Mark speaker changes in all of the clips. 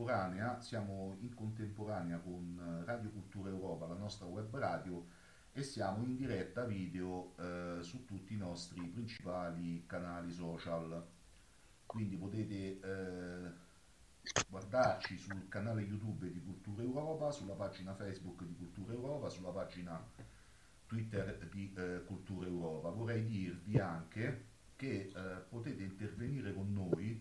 Speaker 1: contemporanea, siamo in contemporanea con Radio Cultura Europa, la nostra web radio, e siamo in diretta video su tutti i nostri principali canali social. Quindi potete guardarci sul canale YouTube di Cultura Europa, sulla pagina Facebook di Cultura Europa, sulla pagina Twitter di Cultura Europa. Vorrei dirvi anche che potete intervenire con noi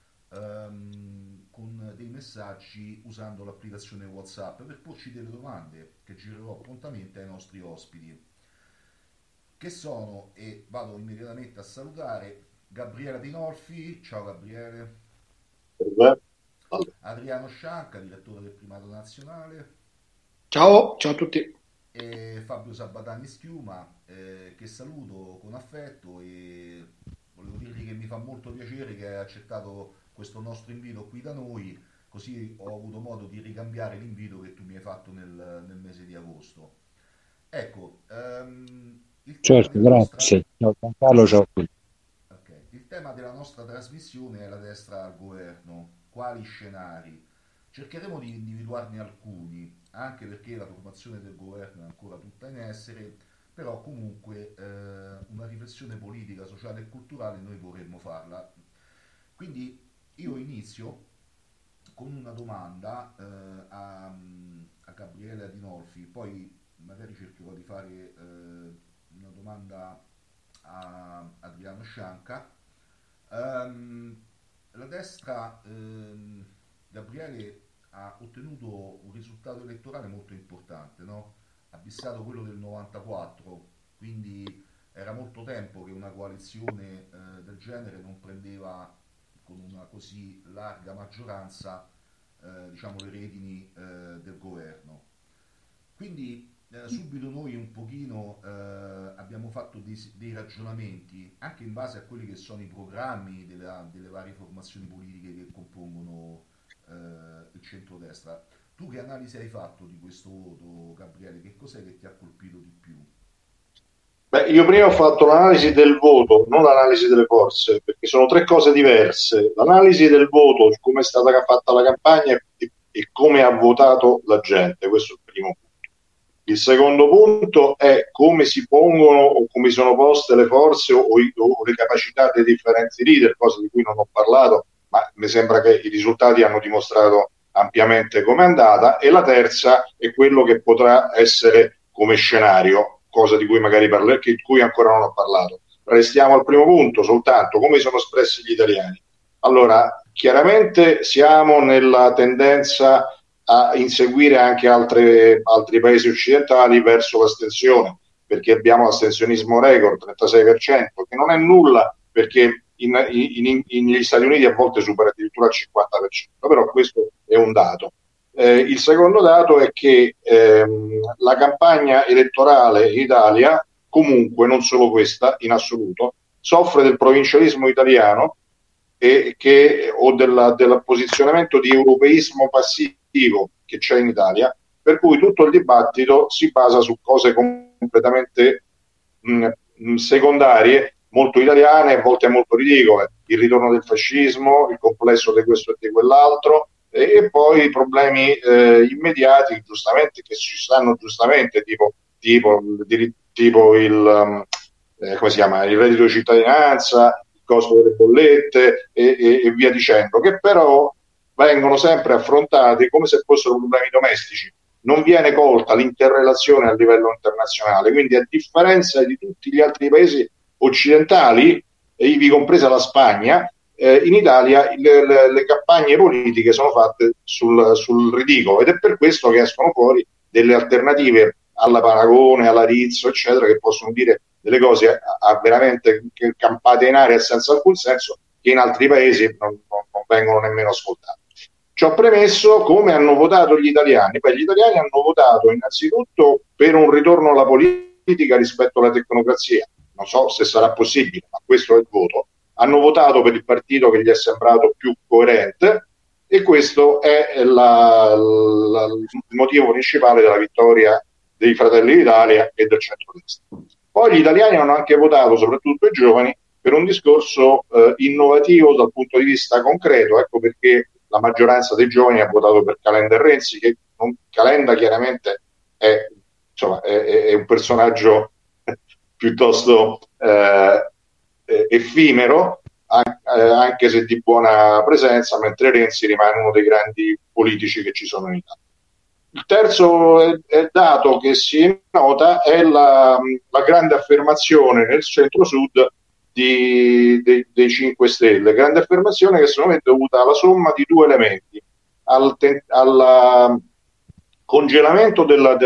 Speaker 1: con dei messaggi usando l'applicazione WhatsApp per porci delle domande che girerò prontamente ai nostri ospiti, che sono, e vado immediatamente a salutare, Gabriele Dinolfi. Ciao Gabriele. Adriano Scianca, direttore del Primato Nazionale.
Speaker 2: Ciao a tutti.
Speaker 1: E Fabio Sabatani Schiuma, che saluto con affetto, e volevo dirgli che mi fa molto piacere che hai accettato questo nostro invito qui da noi, così ho avuto modo di ricambiare l'invito che tu mi hai fatto nel mese di agosto. Ecco, il tema
Speaker 3: Certo,
Speaker 1: della nostra...
Speaker 3: grazie. Ciao Giancarlo, ciao a tutti.
Speaker 1: Ok, il tema della nostra trasmissione è la destra al governo. Quali scenari? Cercheremo di individuarne alcuni, anche perché la formazione del governo è ancora tutta in essere, però comunque una riflessione politica, sociale e culturale noi vorremmo farla. Quindi io inizio con una domanda a Gabriele Adinolfi, poi magari cercherò di fare una domanda a Adriano Scianca. La destra, Gabriele, ha ottenuto un risultato elettorale molto importante, no? Ha bissato quello del 94, quindi era molto tempo che una coalizione del genere non prendeva con una così larga maggioranza diciamo le redini del governo. Quindi subito noi un pochino abbiamo fatto dei ragionamenti anche in base a quelli che sono i programmi delle varie formazioni politiche che compongono il centrodestra. Tu che analisi hai fatto di questo voto, Gabriele? Che cos'è che ti ha colpito di più?
Speaker 2: Beh, io prima ho fatto l'analisi del voto, non l'analisi delle forze, perché sono tre cose diverse. L'analisi del voto, di come è stata fatta la campagna e come ha votato la gente, questo è il primo punto. Il secondo punto è come si pongono o come sono poste le forze o le capacità dei differenti leader, cosa di cui non ho parlato, ma mi sembra che i risultati hanno dimostrato ampiamente come è andata. E la terza è quello che potrà essere come scenario, cosa di cui magari di cui ancora non ho parlato. Restiamo al primo punto soltanto, come sono espressi gli italiani. Allora, chiaramente siamo nella tendenza a inseguire anche altri paesi occidentali verso l'astensione, perché abbiamo l'astensionismo record, 36%, che non è nulla, perché negli Stati Uniti a volte supera addirittura il 50%, però questo è un dato. Il secondo dato è che la campagna elettorale in Italia, comunque, non solo questa, in assoluto, soffre del provincialismo italiano o del posizionamento di europeismo passivo che c'è in Italia, per cui tutto il dibattito si basa su cose completamente secondarie, molto italiane, a volte molto ridicole: il ritorno del fascismo, il complesso di questo e di quell'altro, e poi i problemi immediati, giustamente, che ci stanno giustamente, tipo il come si chiama, il reddito di cittadinanza, il costo delle bollette e via dicendo, che però vengono sempre affrontati come se fossero problemi domestici. Non viene colta l'interrelazione a livello internazionale, quindi a differenza di tutti gli altri paesi occidentali, ivi compresa la Spagna, in Italia le campagne politiche sono fatte sul ridicolo, ed è per questo che escono fuori delle alternative alla Paragone, alla Rizzo, eccetera, che possono dire delle cose veramente campate in aria senza alcun senso, che in altri paesi non vengono nemmeno ascoltate. Ciò premesso, come hanno votato gli italiani? Beh, gli italiani hanno votato innanzitutto per un ritorno alla politica rispetto alla tecnocrazia. Non so se sarà possibile, ma questo è il voto. Hanno votato per il partito che gli è sembrato più coerente, e questo è il motivo principale della vittoria dei Fratelli d'Italia e del centrodestra. Poi gli italiani hanno anche votato, soprattutto i giovani, per un discorso innovativo dal punto di vista concreto. Ecco perché la maggioranza dei giovani ha votato per Calenda e Renzi, che Calenda chiaramente è un personaggio piuttosto effimero, anche se di buona presenza, mentre Renzi rimane uno dei grandi politici che ci sono in Italia. Il terzo dato che si nota è la grande affermazione nel centro-sud dei 5 Stelle, grande affermazione che secondo me è dovuta alla somma di due elementi: al congelamento della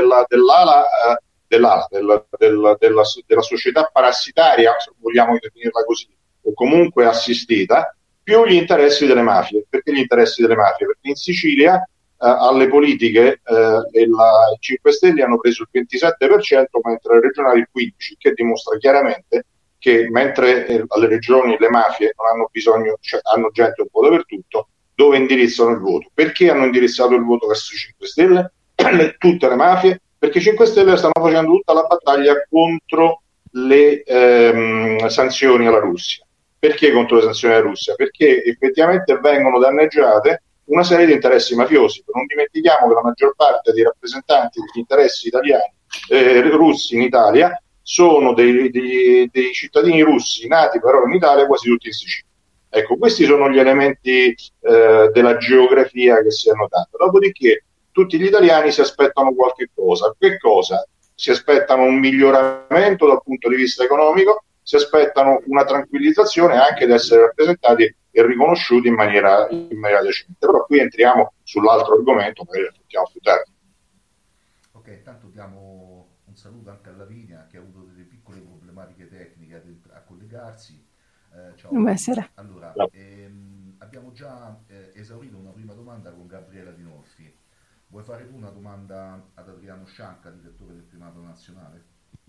Speaker 2: società parassitaria, se vogliamo definirla così, o comunque assistita, più gli interessi delle mafie. Perché gli interessi delle mafie? Perché in Sicilia alle politiche i 5 Stelle hanno preso il 27%, mentre alle regionali il 15%, che dimostra chiaramente che mentre alle regioni le mafie non hanno bisogno, cioè hanno gente un po' dappertutto, dove indirizzano il voto. Perché hanno indirizzato il voto verso i 5 Stelle? Tutte le mafie, perché i 5 Stelle stanno facendo tutta la battaglia contro le sanzioni alla Russia. Perché contro le sanzioni alla Russia? Perché effettivamente vengono danneggiate una serie di interessi mafiosi. Non dimentichiamo che la maggior parte dei rappresentanti degli interessi italiani russi in Italia sono dei cittadini russi nati però in Italia, quasi tutti in Sicilia. Ecco, questi sono gli elementi della geografia che si è notata. Dopodiché tutti gli italiani si aspettano qualche cosa. Che cosa? Si aspettano un miglioramento dal punto di vista economico, si aspettano una tranquillizzazione, anche di essere rappresentati e riconosciuti in maniera decente. Però qui entriamo sull'altro argomento, magari lo affrontiamo più tardi.
Speaker 1: Ok, intanto diamo un saluto anche a Lavinia, che ha avuto delle piccole problematiche tecniche a collegarsi. Ciao.
Speaker 4: Buonasera.
Speaker 1: Allora, abbiamo già esaurito una prima domanda con Gabriela Dinolfi. Vuoi fare tu una domanda ad Adriano Scianca, direttore del Primato Nazionale?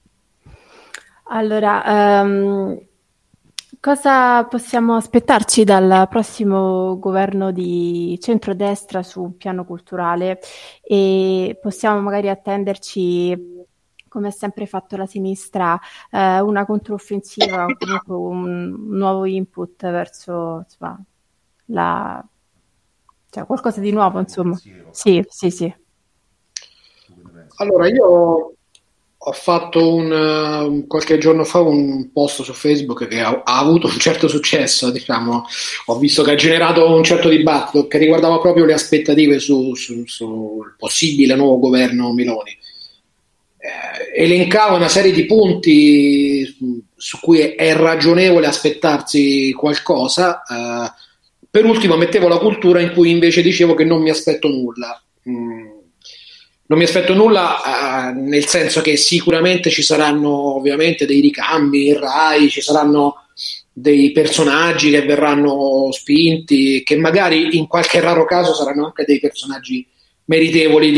Speaker 4: Allora, cosa possiamo aspettarci dal prossimo governo di centrodestra sul piano culturale, e possiamo magari attenderci, come ha sempre fatto la sinistra, una controffensiva o comunque un nuovo input verso, insomma, cioè qualcosa di nuovo, insomma. Sì.
Speaker 5: Allora, io ho fatto qualche giorno fa un post su Facebook che ha avuto un certo successo, diciamo. Ho visto che ha generato un certo dibattito che riguardava proprio le aspettative sul possibile nuovo governo Meloni. Elencava una serie di punti su cui è ragionevole aspettarsi qualcosa. Per ultimo mettevo la cultura, in cui invece dicevo che non mi aspetto nulla. Non mi aspetto nulla nel senso che sicuramente ci saranno ovviamente dei ricambi in Rai, ci saranno dei personaggi che verranno spinti, che magari in qualche raro caso saranno anche dei personaggi meritevoli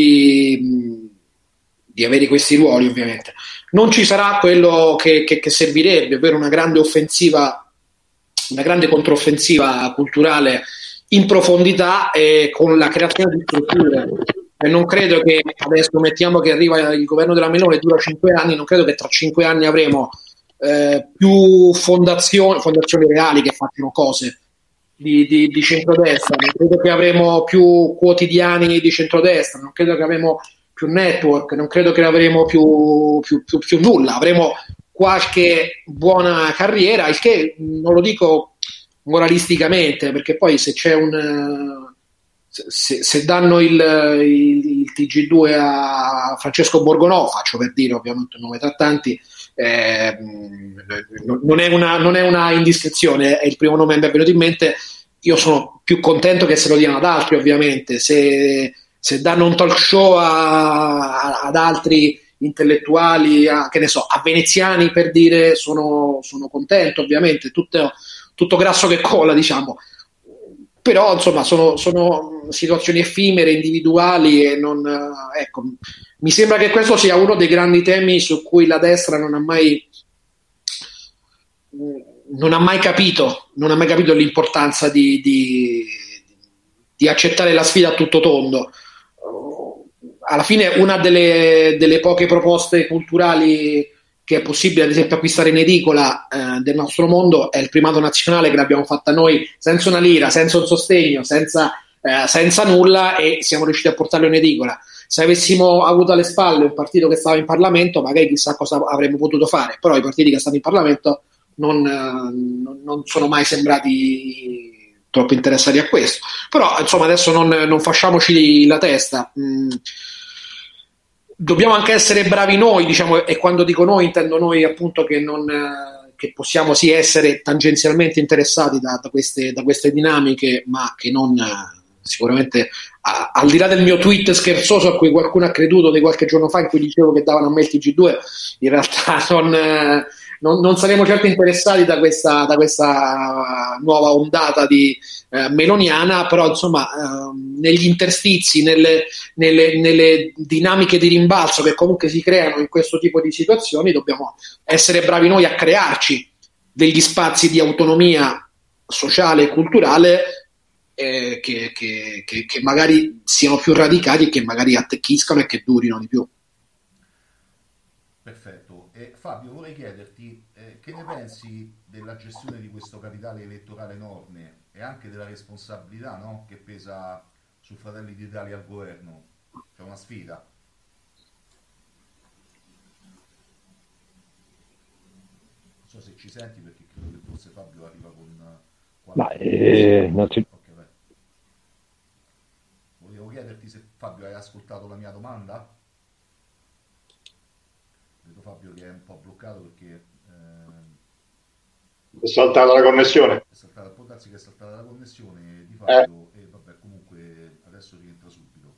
Speaker 5: di avere questi ruoli, ovviamente. Non ci sarà quello che servirebbe, ovvero una grande offensiva, una grande controffensiva culturale in profondità e con la creazione di strutture. E non credo che adesso mettiamo che arriva il governo della Meloni, dura 5 anni, non credo che tra 5 anni avremo più fondazioni reali che facciano cose di centrodestra, non credo che avremo più quotidiani di centrodestra, non credo che avremo più network, non credo che avremo più nulla, avremo qualche buona carriera, il che non lo dico moralisticamente, perché poi se c'è se danno il TG2 a Francesco Borgonò, faccio per dire, ovviamente un nome tra tanti, non è una indiscrezione, è il primo nome che mi è venuto in mente. Io sono più contento che se lo diano ad altri, ovviamente. Se danno un talk show ad altri intellettuali, che ne so, a veneziani, per dire, sono contento, ovviamente, tutto grasso che cola, diciamo. Però insomma sono situazioni effimere, individuali, e non, ecco, mi sembra che questo sia uno dei grandi temi su cui la destra non ha mai capito l'importanza di accettare la sfida a tutto tondo. Alla fine una delle poche proposte culturali che è possibile, ad esempio, acquistare in edicola del nostro mondo è il Primato Nazionale, che l'abbiamo fatta noi senza una lira, senza un sostegno, senza senza nulla e siamo riusciti a portarlo in edicola. Se avessimo avuto alle spalle un partito che stava in Parlamento, magari chissà cosa avremmo potuto fare, però i partiti che stanno in Parlamento non sono mai sembrati troppo interessati a questo. Però insomma adesso non facciamoci la testa. Dobbiamo anche essere bravi noi, diciamo, e quando dico noi intendo noi appunto che possiamo sì essere tangenzialmente interessati da queste dinamiche, ma che non sicuramente al di là del mio tweet scherzoso a cui qualcuno ha creduto di qualche giorno fa in cui dicevo che davano a me il TG2, in realtà non saremo certo interessati da questa nuova ondata di meloniana, però insomma negli interstizi, nelle dinamiche di rimbalzo che comunque si creano in questo tipo di situazioni, dobbiamo essere bravi noi a crearci degli spazi di autonomia sociale e culturale che magari siano più radicati e che magari attecchiscano e che durino di più.
Speaker 1: Perfetto. Fabio, vorrei chiederti che ne pensi della gestione di questo capitale elettorale enorme e anche della responsabilità, no, che pesa su Fratelli d'Italia al governo? C'è una sfida. Non so se ci senti, perché credo che forse Fabio arriva con qualche... Ok, vai. Volevo chiederti se, Fabio, hai ascoltato la mia domanda? Vedo Fabio che è un po' bloccato perché
Speaker 2: è saltata la connessione.
Speaker 1: Può darsi che è saltata la connessione di Fabio e vabbè, comunque adesso rientra subito.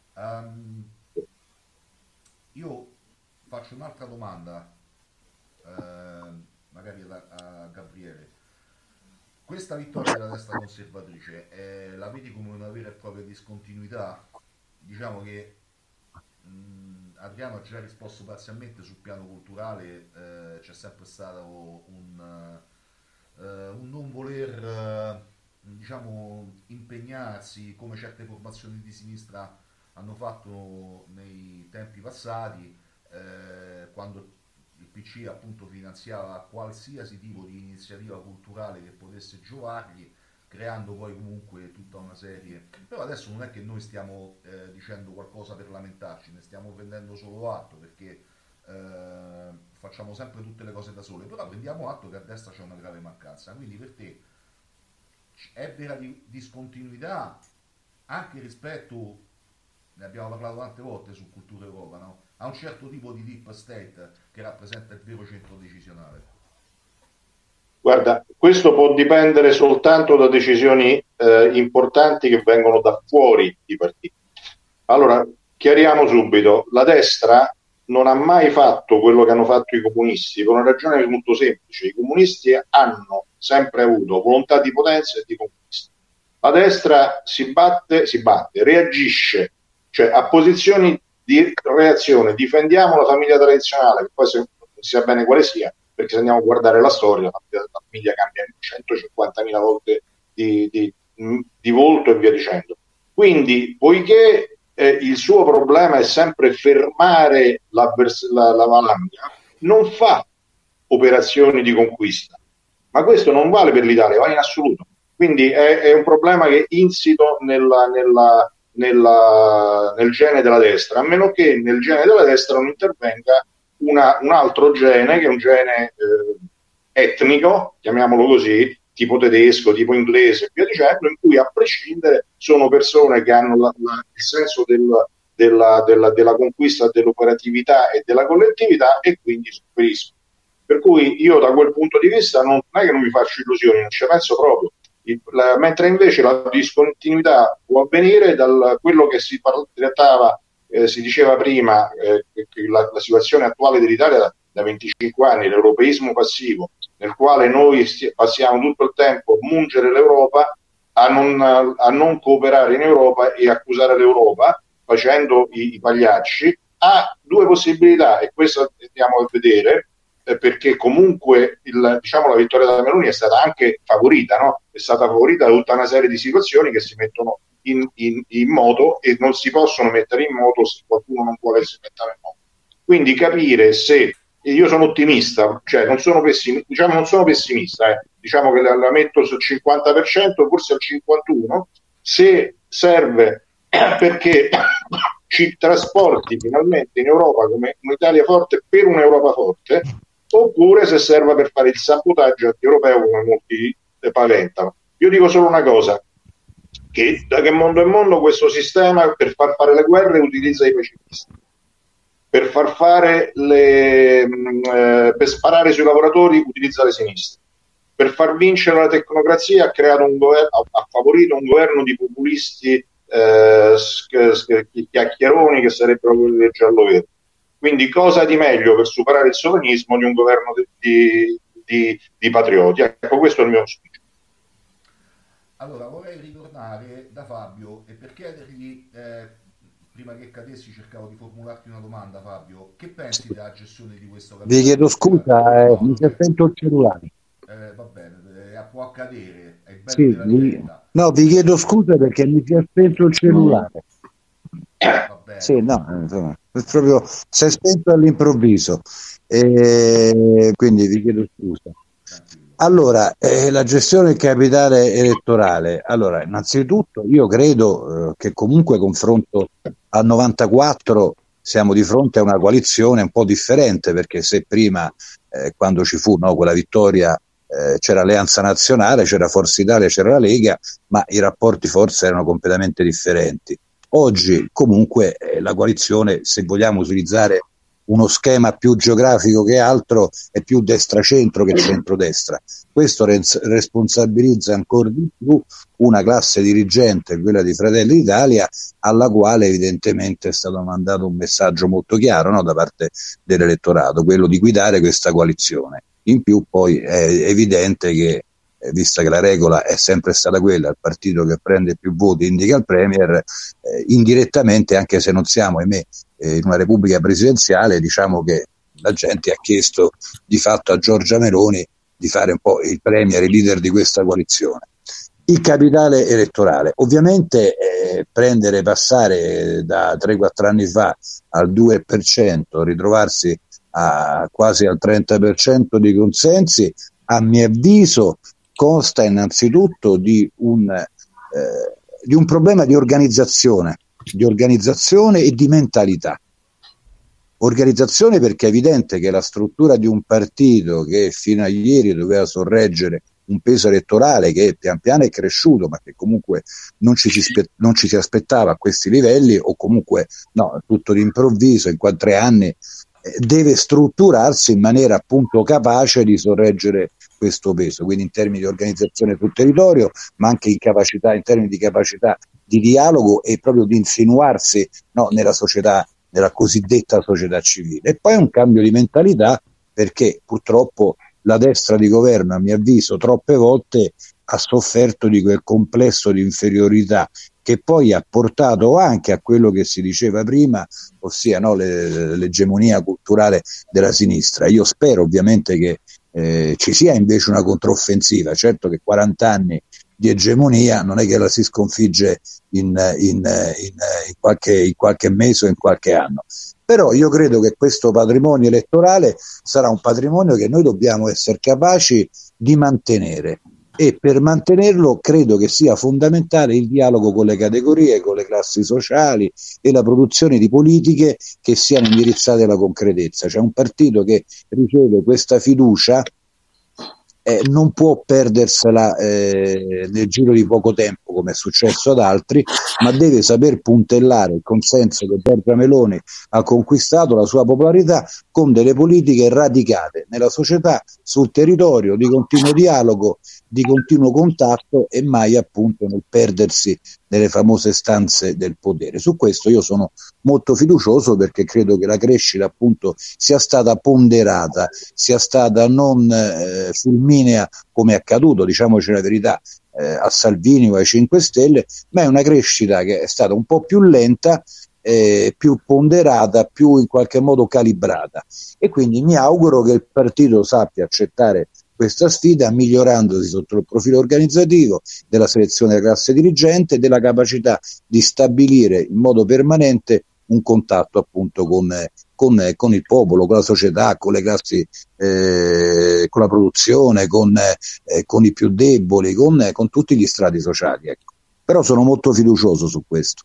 Speaker 1: Io faccio un'altra domanda, magari a Gabriele. Questa vittoria della destra conservatrice la vedi come una vera e propria discontinuità? Diciamo che Adriano ha già risposto parzialmente sul piano culturale, c'è sempre stato un non voler diciamo impegnarsi come certe formazioni di sinistra hanno fatto nei tempi passati, quando il PC appunto finanziava qualsiasi tipo di iniziativa culturale che potesse giovargli, creando poi comunque tutta una serie. Però adesso non è che noi stiamo dicendo qualcosa per lamentarci, ne stiamo prendendo solo atto, perché facciamo sempre tutte le cose da sole, però prendiamo atto che a destra c'è una grave mancanza. Quindi per te è vera discontinuità anche rispetto, ne abbiamo parlato tante volte su Cultura Europa, no? A un certo tipo di deep state che rappresenta il vero centro decisionale?
Speaker 2: Guarda, questo può dipendere soltanto da decisioni importanti che vengono da fuori i partiti. Allora, chiariamo subito, la destra non ha mai fatto quello che hanno fatto i comunisti, per una ragione molto semplice. I comunisti hanno sempre avuto volontà di potenza e di conquista. La destra si batte, reagisce, cioè a posizioni di reazione. Difendiamo la famiglia tradizionale, che poi non si sa bene quale sia, perché se andiamo a guardare la storia, la famiglia cambia 150.000 volte di volto e via dicendo. Quindi, poiché il suo problema è sempre fermare la valanga, non fa operazioni di conquista. Ma questo non vale per l'Italia, vale in assoluto. Quindi è un problema che è insito nel gene della destra, a meno che nel gene della destra non intervenga un altro gene, che è un gene etnico, chiamiamolo così, tipo tedesco, tipo inglese e via dicendo, in cui a prescindere sono persone che hanno il senso della conquista, dell'operatività e della collettività, e quindi sopperiscono. Per cui io da quel punto di vista non è che non mi faccio illusioni, non ci penso proprio. Mentre invece la discontinuità può avvenire da quello che si diceva prima, che la situazione attuale dell'Italia da 25 anni, l'europeismo passivo, nel quale noi passiamo tutto il tempo a mungere l'Europa, a non cooperare in Europa e accusare l'Europa facendo i pagliacci, ha due possibilità, e questo andiamo a vedere, perché comunque la vittoria della Meloni è stata anche favorita, no? È stata favorita da tutta una serie di situazioni che si mettono in moto e non si possono mettere in moto se qualcuno non vuole che si mettano in moto. Quindi capire se io sono ottimista, cioè non sono pessimista, diciamo che la metto sul 50%, forse al 51%, se serve perché ci trasporti finalmente in Europa come un'Italia forte per un'Europa forte, oppure se serve per fare il sabotaggio anti-europeo come molti paventano. Io dico solo una cosa, che da che mondo è mondo questo sistema per far fare le guerre utilizza i pacifisti, per far fare per sparare sui lavoratori utilizza le sinistre, per far vincere la tecnocrazia ha creato un governo, ha favorito un governo di populisti chiacchieroni che sarebbero quelli del giallo-verde. Quindi cosa di meglio per superare il sovranismo di un governo di patrioti? Ecco, questo è il mio auspicio.
Speaker 1: Allora, vorrei ritornare da Fabio e per chiedergli, prima che cadessi cercavo di formularti una domanda, Fabio, che pensi della gestione di questo capitolo?
Speaker 3: Vi chiedo scusa, mi si è spento il cellulare.
Speaker 1: Va bene, può accadere, è bello
Speaker 3: Sì,
Speaker 1: della diretta.
Speaker 3: no, vi chiedo scusa perché mi si è spento il cellulare.
Speaker 1: Va bene.
Speaker 3: Sì, no, insomma, proprio si è spento all'improvviso, quindi vi chiedo scusa. Allora, la gestione del capitale elettorale. Allora, innanzitutto io credo che comunque confronto al 94 siamo di fronte a una coalizione un po' differente, perché se prima quando ci fu quella vittoria c'era Alleanza Nazionale, c'era Forza Italia, c'era la Lega, ma i rapporti forse erano completamente differenti. Oggi comunque la coalizione, se vogliamo utilizzare uno schema più geografico che altro, è più destra-centro che centro-destra. Questo responsabilizza ancora di più una classe dirigente, quella di Fratelli d'Italia, alla quale evidentemente è stato mandato un messaggio molto chiaro, da parte dell'elettorato, quello di guidare questa coalizione. In più poi è evidente che, vista che la regola è sempre stata quella, il partito che prende più voti indica il Premier, indirettamente, anche se non siamo, ahimè, in una repubblica presidenziale, diciamo che la gente ha chiesto di fatto a Giorgia Meloni di fare un po' il Premier, il leader di questa coalizione. Il capitale elettorale, ovviamente passare da 3-4 anni fa al 2%, ritrovarsi a quasi al 30% di consensi, a mio avviso consta innanzitutto di un problema di organizzazione e di mentalità. Organizzazione, perché è evidente che la struttura di un partito che fino a ieri doveva sorreggere un peso elettorale che pian piano è cresciuto, ma che comunque non ci si aspettava a questi livelli, o comunque tutto d'improvviso in 4 anni, deve strutturarsi in maniera appunto capace di sorreggere questo peso, quindi in termini di organizzazione sul territorio, ma anche in termini di capacità di dialogo e proprio di insinuarsi nella società, nella cosiddetta società civile. E poi un cambio di mentalità, perché purtroppo la destra di governo, a mio avviso, troppe volte ha sofferto di quel complesso di inferiorità che poi ha portato anche a quello che si diceva prima, ossia l'egemonia culturale della sinistra. Io spero ovviamente che ci sia invece una controffensiva. Certo che 40 anni di egemonia non è che la si sconfigge in qualche mese o in qualche anno, però io credo che questo patrimonio elettorale sarà un patrimonio che noi dobbiamo essere capaci di mantenere, e per mantenerlo credo che sia fondamentale il dialogo con le categorie, con le classi sociali e la produzione di politiche che siano indirizzate alla concretezza. C'è un partito che riceve questa fiducia, non può perdersela nel giro di poco tempo, come è successo ad altri, ma deve saper puntellare il consenso che Giorgia Meloni ha conquistato, la sua popolarità, con delle politiche radicate nella società, sul territorio, di continuo dialogo, di continuo contatto, e mai appunto nel perdersi nelle famose stanze del potere. Su questo io sono molto fiducioso, perché credo che la crescita appunto sia stata ponderata, sia stata non fulminea come è accaduto, diciamoci la verità, a Salvini o ai 5 Stelle, ma è una crescita che è stata un po' più lenta, più ponderata, più in qualche modo calibrata, e quindi mi auguro che il partito sappia accettare questa sfida, migliorandosi sotto il profilo organizzativo, della selezione della classe dirigente, della capacità di stabilire in modo permanente un contatto appunto con il popolo, con la società, con le classi, con la produzione, con i più deboli, con tutti gli strati sociali. Ecco. però sono molto fiducioso su questo.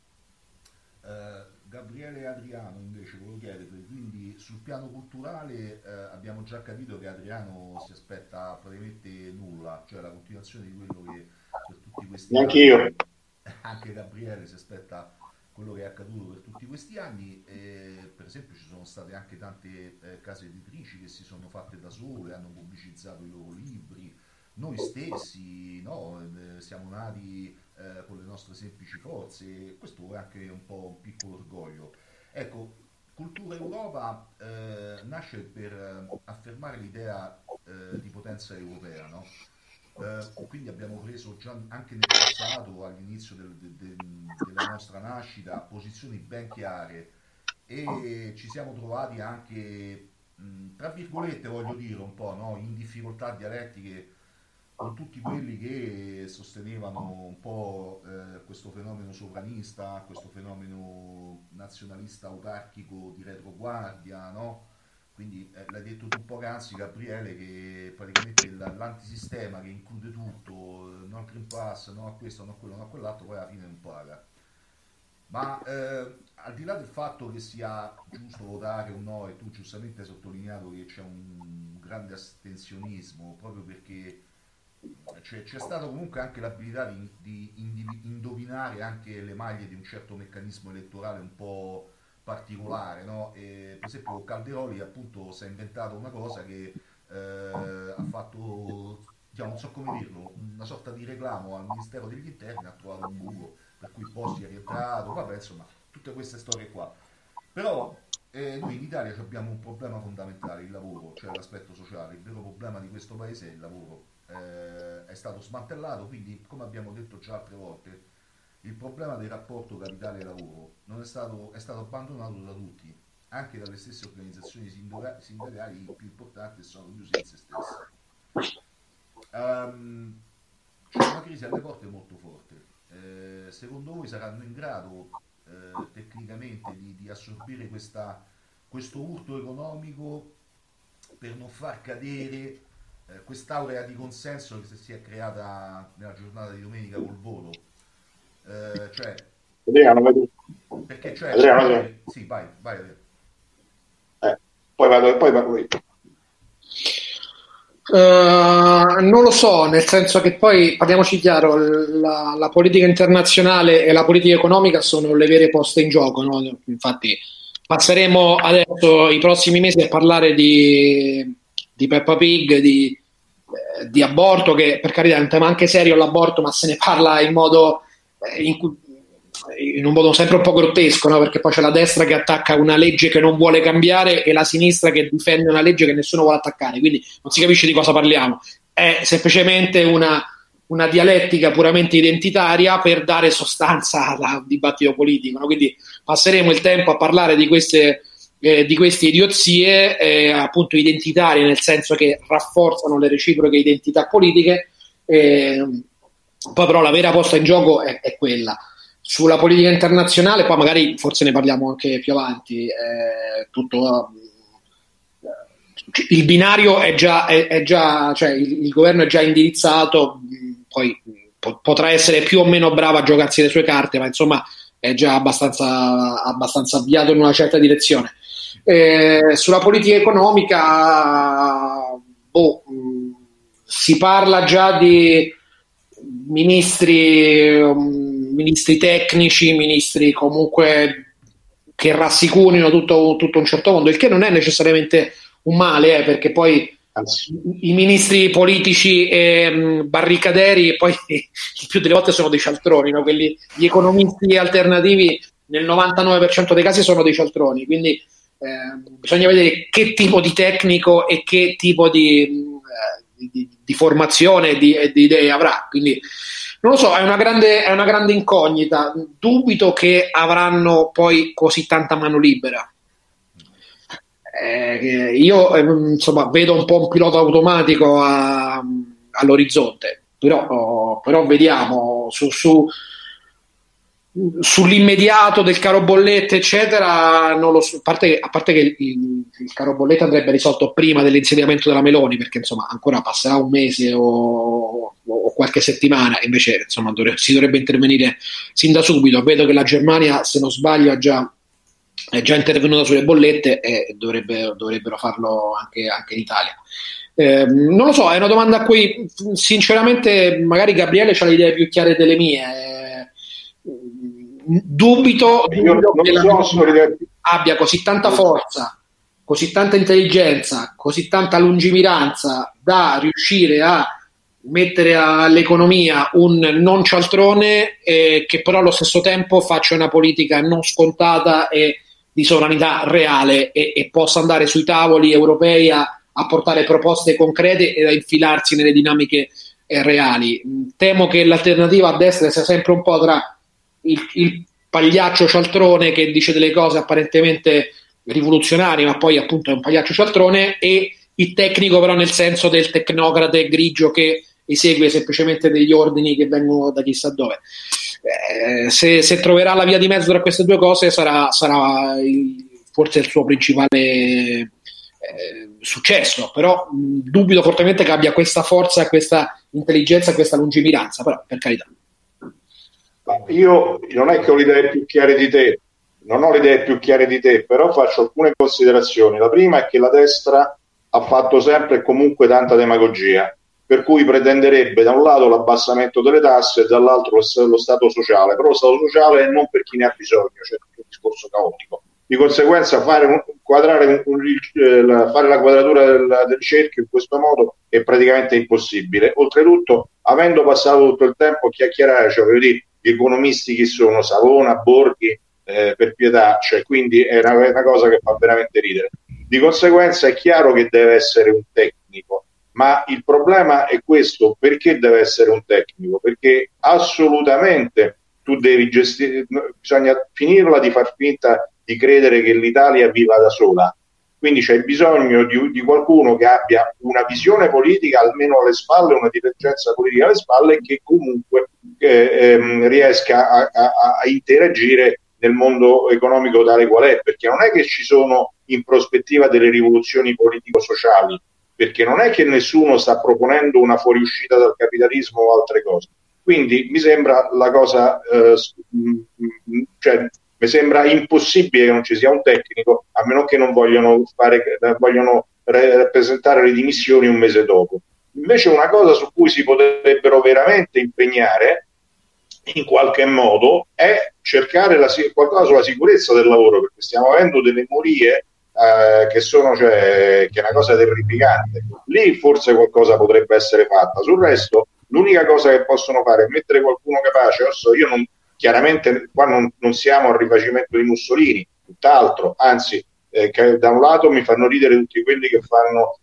Speaker 1: Gabriele Adriano invece volevo chiederti, quindi sul piano culturale abbiamo già capito che Adriano si aspetta praticamente nulla, cioè la continuazione di quello che per tutti questi
Speaker 2: Neanche
Speaker 1: anni,
Speaker 2: io.
Speaker 1: anche Gabriele si aspetta quello che è accaduto per tutti questi anni. Per esempio ci sono state anche tante case editrici che si sono fatte da sole, hanno pubblicizzato i loro libri, noi stessi, no? Siamo nati con le nostre semplici forze, questo è anche un po' un piccolo orgoglio. Ecco, Cultura Europa nasce per affermare l'idea di potenza europea, no? Quindi abbiamo preso già anche nel passato, all'inizio della nostra nascita, posizioni ben chiare e ci siamo trovati anche, tra virgolette voglio dire un po', no? In difficoltà dialettiche con tutti quelli che sostenevano un po' questo fenomeno sovranista, questo fenomeno nazionalista autarchico di retroguardia, no? Quindi l'hai detto tu poc'anzi, Gabriele, che praticamente l'antisistema che include tutto, no al Green Pass, no a questo, no a quello, no a quell'altro, poi alla fine non paga. Ma al di là del fatto che sia giusto votare o no, e tu giustamente hai sottolineato che c'è un grande astensionismo, proprio perché c'è stata comunque anche l'abilità di indovinare anche le maglie di un certo meccanismo elettorale un po' particolare, no? Per esempio Calderoli appunto si è inventato una cosa che ha fatto, diciamo, non so come dirlo, una sorta di reclamo al Ministero degli Interni, ha trovato un buco per cui poi si è rientrato, vabbè, insomma, tutte queste storie qua. Però noi in Italia abbiamo un problema fondamentale, il lavoro, cioè l'aspetto sociale. Il vero problema di questo paese è il lavoro. È stato smantellato, quindi come abbiamo detto già altre volte, il problema del rapporto capitale-lavoro non è stato abbandonato da tutti, anche dalle stesse organizzazioni sindacali più importanti, sono le usenze stesse. C'è una crisi alle porte molto forte. Secondo voi saranno in grado tecnicamente di assorbire questo urto economico per non far cadere quest'aurea di consenso che si è creata nella giornata di domenica col voto? Cioè,
Speaker 2: Adriano,
Speaker 1: perché cioè,
Speaker 2: Adriano.
Speaker 1: sì, vai.
Speaker 2: Poi vado io.
Speaker 5: Non lo so, nel senso che poi, parliamoci chiaro, la politica internazionale e la politica economica sono le vere poste in gioco, no? Infatti passeremo adesso i prossimi mesi a parlare di Peppa Pig, di aborto, che per carità è un tema anche serio l'aborto, ma se ne parla in un modo sempre un po' grottesco, no? Perché poi c'è la destra che attacca una legge che non vuole cambiare e la sinistra che difende una legge che nessuno vuole attaccare, quindi non si capisce di cosa parliamo. È semplicemente una dialettica puramente identitaria per dare sostanza al dibattito politico, no? Quindi passeremo il tempo a parlare di queste idiozie appunto identitarie, nel senso che rafforzano le reciproche identità politiche, poi però la vera posta in gioco è quella. Sulla politica internazionale, poi magari forse ne parliamo anche più avanti, il binario è già cioè il governo è già indirizzato, poi potrà essere più o meno bravo a giocarsi le sue carte, ma insomma è già abbastanza avviato in una certa direzione. Sulla politica economica si parla già di ministri tecnici, ministri comunque che rassicurino tutto un certo mondo, il che non è necessariamente un male, perché poi i ministri politici barricaderi poi il più delle volte sono dei cialtroni, no? Gli economisti alternativi nel 99% dei casi sono dei cialtroni, quindi bisogna vedere che tipo di tecnico e che tipo di formazione e di idee avrà, quindi non lo so, è una grande incognita. Dubito che avranno poi così tanta mano libera. Io insomma vedo un po' un pilota automatico all'orizzonte, però vediamo sull'immediato del caro bollette eccetera, non lo so, a parte che il caro bollette andrebbe risolto prima dell'insediamento della Meloni, perché insomma ancora passerà un mese o qualche settimana, invece insomma si dovrebbe intervenire sin da subito. Vedo che la Germania, se non sbaglio, è già intervenuta sulle bollette e dovrebbero farlo anche in Italia. Non lo so, è una domanda a cui sinceramente magari Gabriele ha le idee più chiare delle mie. Dubito che la abbia così tanta forza, così tanta intelligenza, così tanta lungimiranza da riuscire a mettere all'economia un non cialtrone che però allo stesso tempo faccia una politica non scontata e di sovranità reale e possa andare sui tavoli europei a portare proposte concrete e a infilarsi nelle dinamiche reali. Temo che l'alternativa a destra sia sempre un po' tra il pagliaccio cialtrone che dice delle cose apparentemente rivoluzionarie, ma poi appunto è un pagliaccio cialtrone, e il tecnico però nel senso del tecnocrate grigio che esegue semplicemente degli ordini che vengono da chissà dove. Se troverà la via di mezzo tra queste due cose sarà forse il suo principale successo, però dubito fortemente che abbia questa forza, questa intelligenza, questa lungimiranza, però per carità.
Speaker 2: Io non è che ho le idee più chiare di te, non ho le idee più chiare di te, però faccio alcune considerazioni. La prima è che la destra ha fatto sempre e comunque tanta demagogia, per cui pretenderebbe da un lato l'abbassamento delle tasse e dall'altro lo Stato sociale, però lo Stato sociale non per chi ne ha bisogno, cioè un discorso caotico. Di conseguenza fare la quadratura del cerchio in questo modo è praticamente impossibile. Oltretutto, avendo passato tutto il tempo a chiacchierare, cioè voglio dire, gli economisti chi sono, Savona, Borghi, per pietà, cioè, quindi è una cosa che fa veramente ridere. Di conseguenza è chiaro che deve essere un tecnico, ma il problema è questo: perché deve essere un tecnico? Perché assolutamente tu devi gestire, bisogna finirla di far finta di credere che l'Italia viva da sola, quindi c'è bisogno di qualcuno che abbia una visione politica almeno alle spalle, una dirigenza politica alle spalle, e che comunque riesca a interagire nel mondo economico tale qual è, perché non è che ci sono in prospettiva delle rivoluzioni politico-sociali, perché non è che nessuno sta proponendo una fuoriuscita dal capitalismo o altre cose. Quindi mi sembra la cosa, cioè mi sembra impossibile che non ci sia un tecnico, a meno che non vogliono rappresentare le dimissioni un mese dopo. Invece una cosa su cui si potrebbero veramente impegnare in qualche modo è cercare qualcosa sulla sicurezza del lavoro, perché stiamo avendo delle morie che è una cosa terrificante. Lì forse qualcosa potrebbe essere fatta. Sul resto l'unica cosa che possono fare è mettere qualcuno capace. Io chiaramente qua non siamo al rifacimento di Mussolini, tutt'altro, anzi che da un lato mi fanno ridere tutti quelli che fanno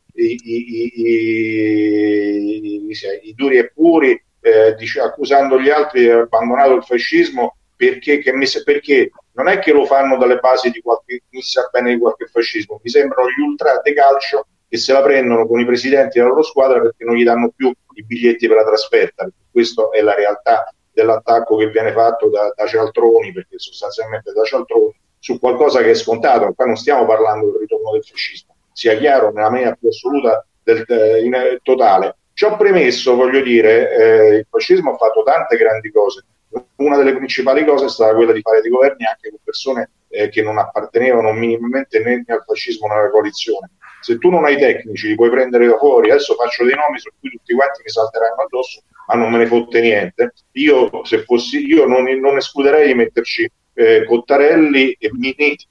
Speaker 2: i duri e puri, accusando gli altri di aver abbandonato il fascismo, perché non è che lo fanno dalle basi di qualche fascismo, mi sembrano gli ultra de calcio che se la prendono con i presidenti della loro squadra perché non gli danno più i biglietti per la trasferta. Questa è la realtà dell'attacco che viene fatto da cialtroni, perché sostanzialmente da cialtroni su qualcosa che è scontato. Qua non stiamo parlando del ritorno del fascismo, sia chiaro, nella maniera più assoluta totale. Ciò premesso, voglio dire, il fascismo ha fatto tante grandi cose. Una delle principali cose è stata quella di fare dei governi anche con persone che non appartenevano minimamente né al fascismo né alla coalizione. Se tu non hai tecnici li puoi prendere da fuori. Adesso faccio dei nomi su cui tutti quanti mi salteranno addosso, ma non me ne fotte niente. Io, se fossi io, non escluderei di metterci Cottarelli e Minniti.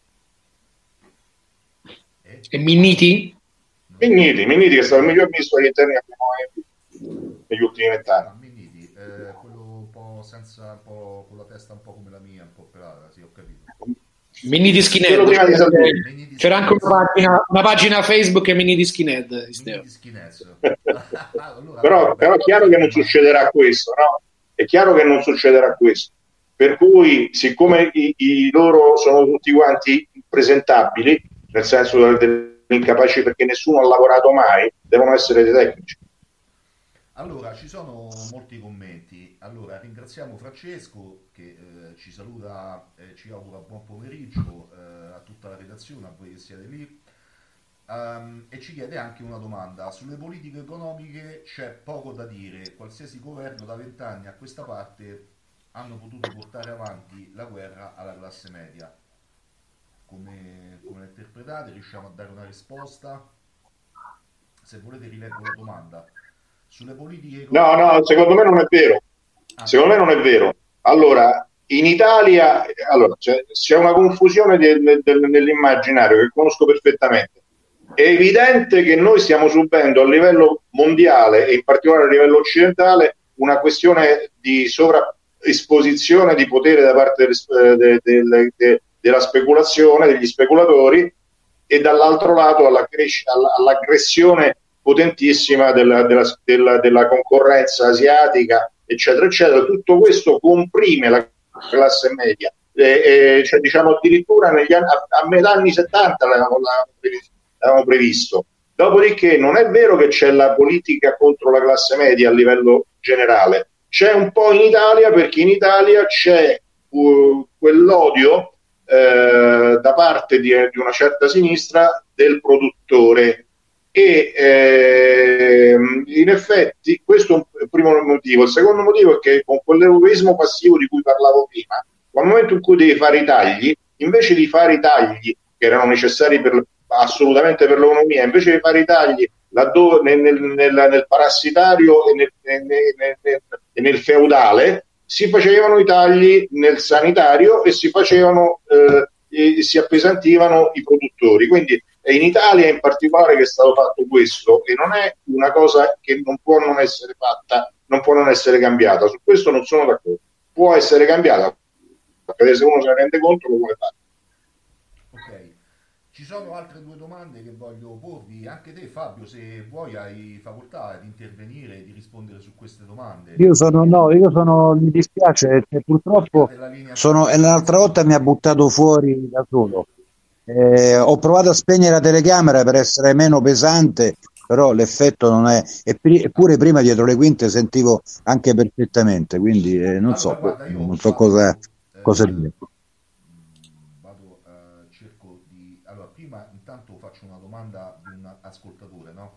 Speaker 5: E Minniti?
Speaker 2: Minniti, che è stato il miglior ministro degli interni che abbiamo negli ultimi 20 anni.
Speaker 1: Minniti, quello un po' senza, un po' con la testa un po' come la mia, un po' pelata, sì, ho capito.
Speaker 5: Minniti Skinhead. C'era anche una pagina Facebook e Minniti Skinhead.
Speaker 2: Allora, però è chiaro che non succederà questo, no? È chiaro che non succederà questo. Per cui, siccome i loro sono tutti quanti impresentabili, nel senso incapaci perché nessuno ha lavorato mai, devono essere dei tecnici.
Speaker 1: Allora, ci sono molti commenti. Allora, ringraziamo Francesco che ci saluta, ci augura buon pomeriggio a tutta la redazione, a voi che siete lì. E ci chiede anche una domanda: sulle politiche economiche c'è poco da dire, qualsiasi governo da 20 anni a questa parte hanno potuto portare avanti la guerra alla classe media. Come la interpretate? Riusciamo a dare una risposta? Se volete rileggo la domanda. Sulle politiche economiche...
Speaker 2: No, secondo me non è vero. Secondo me non è vero. Allora, in Italia c'è una confusione nell'immaginario che conosco perfettamente. È evidente che noi stiamo subendo a livello mondiale e in particolare a livello occidentale una questione di sovraesposizione di potere da parte della speculazione, degli speculatori, e dall'altro lato all'aggressione potentissima della concorrenza asiatica, eccetera, eccetera. Tutto questo comprime la classe media. Cioè, diciamo, addirittura a metà anni 70 l'avevamo previsto. Dopodiché non è vero che c'è la politica contro la classe media a livello generale, c'è un po' in Italia, perché in Italia c'è quell'odio da parte di una certa sinistra del produttore, e in effetti questo è il primo motivo. Il secondo motivo è che con quell'europeismo passivo di cui parlavo prima, nel momento in cui devi fare i tagli, invece di fare i tagli che erano necessari assolutamente per l'economia, invece di fare i tagli laddove nel parassitario e nel feudale, si facevano i tagli nel sanitario e si appesantivano i produttori. Quindi è in Italia in particolare che è stato fatto questo, e non è una cosa che non può non essere fatta, non può non essere cambiata. Su questo non sono d'accordo. Può essere cambiata, perché se uno se ne rende conto lo vuole fare.
Speaker 1: Ok. Ci sono altre due domande che voglio porvi. Anche te, Fabio, se vuoi, hai facoltà di intervenire e di rispondere su queste domande.
Speaker 3: Mi dispiace, purtroppo l'altra volta mi ha buttato fuori da solo. Ho provato a spegnere la telecamera per essere meno pesante, però l'effetto non è. Eppure prima dietro le quinte sentivo anche perfettamente, quindi non so cosa dire.
Speaker 1: Prima intanto faccio una domanda di un ascoltatore, no?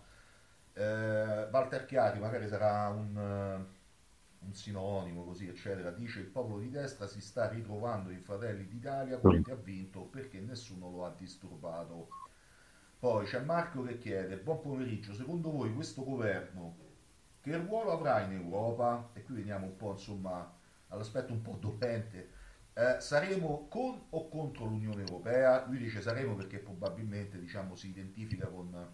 Speaker 1: Walter Chiari, magari sarà un sinonimo, così, eccetera. Dice: il popolo di destra si sta ritrovando in Fratelli d'Italia, Conte ha vinto perché nessuno lo ha disturbato. Poi c'è Marco che chiede: buon pomeriggio, secondo voi questo governo che ruolo avrà in Europa? E qui veniamo un po', insomma, all'aspetto un po' dolente. Saremo con o contro l'Unione Europea? Lui dice saremo perché probabilmente, diciamo, si identifica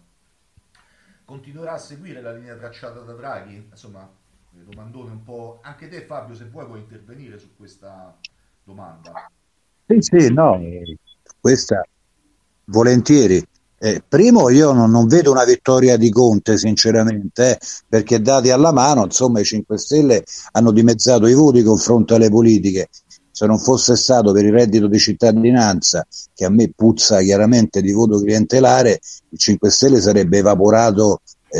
Speaker 1: continuerà a seguire la linea tracciata da Draghi. Insomma, domandone un po'. Anche te, Fabio, se vuoi puoi intervenire su questa domanda.
Speaker 3: Sì, no, questa volentieri. Primo, io non vedo una vittoria di Conte, sinceramente, perché dati alla mano, insomma, i 5 Stelle hanno dimezzato i voti confronto alle politiche. Se non fosse stato per il reddito di cittadinanza, che a me puzza chiaramente di voto clientelare, il 5 Stelle sarebbe evaporato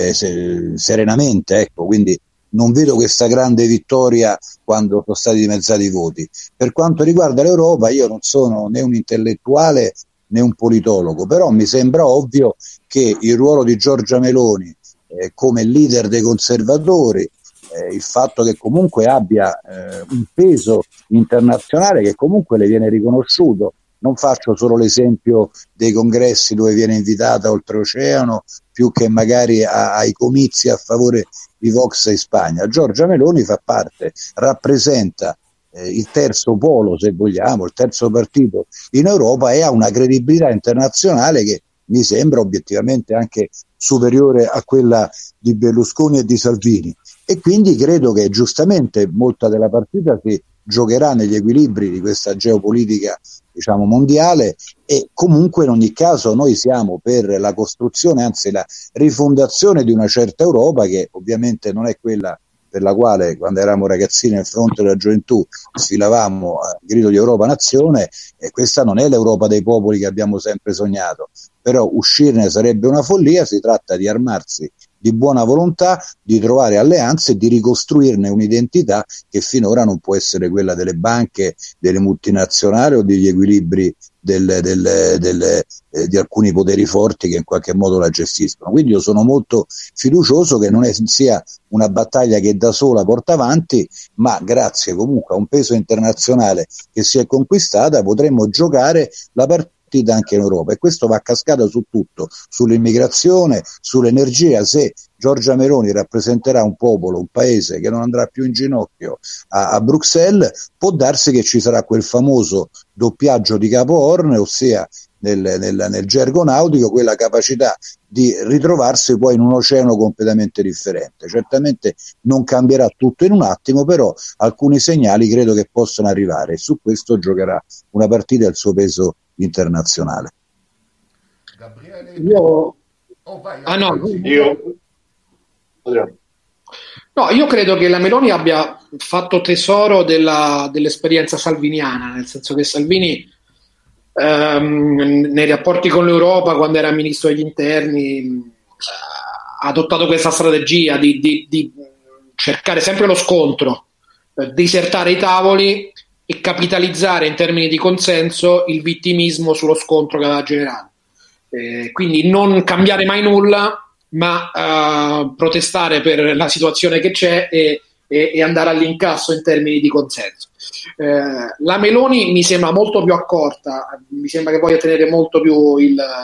Speaker 3: serenamente, ecco. Quindi non vedo questa grande vittoria quando sono stati dimezzati i voti. Per quanto riguarda l'Europa, io non sono né un intellettuale né un politologo, però mi sembra ovvio che il ruolo di Giorgia Meloni come leader dei conservatori, il fatto che comunque abbia un peso internazionale che comunque le viene riconosciuto. Non faccio solo l'esempio dei congressi dove viene invitata oltreoceano, più che magari ai comizi a favore di Vox in Spagna. Giorgia Meloni fa parte, rappresenta il terzo polo, se vogliamo, il terzo partito in Europa, e ha una credibilità internazionale che mi sembra obiettivamente anche superiore a quella di Berlusconi e di Salvini, e quindi credo che giustamente molta della partita si giocherà negli equilibri di questa geopolitica, diciamo, mondiale, e comunque in ogni caso noi siamo per la costruzione, anzi la rifondazione di una certa Europa, che ovviamente non è quella per la quale quando eravamo ragazzini nel fronte della gioventù sfilavamo a grido di Europa Nazione, e questa non è l'Europa dei popoli che abbiamo sempre sognato. Però uscirne sarebbe una follia. Si tratta di armarsi di buona volontà, di trovare alleanze e di ricostruirne un'identità che finora non può essere quella delle banche, delle multinazionali o degli equilibri di alcuni poteri forti che in qualche modo la gestiscono. Quindi io sono molto fiducioso che non sia una battaglia che da sola porta avanti, ma grazie comunque a un peso internazionale che si è conquistata potremmo giocare la partita anche in Europa, e questo va a cascata su tutto, sull'immigrazione, sull'energia. Se Giorgia Meloni rappresenterà un popolo, un paese che non andrà più in ginocchio a Bruxelles, può darsi che ci sarà quel famoso doppiaggio di Capo Horn, ossia nel gergo nautico, quella capacità di ritrovarsi poi in un oceano completamente differente. Certamente non cambierà tutto in un attimo, però alcuni segnali credo che possano arrivare, e su questo giocherà una partita al suo peso internazionale.
Speaker 1: Gabriele,
Speaker 5: Io...
Speaker 1: vai.
Speaker 5: No, io credo che la Meloni abbia fatto tesoro dell'esperienza salviniana, nel senso che Salvini nei rapporti con l'Europa, quando era ministro degli interni, ha adottato questa strategia di cercare sempre lo scontro, disertare i tavoli e capitalizzare in termini di consenso il vittimismo sullo scontro che aveva generato. Quindi non cambiare mai nulla, ma protestare per la situazione che c'è e andare all'incasso in termini di consenso. La Meloni mi sembra molto più accorta, mi sembra che voglia tenere molto più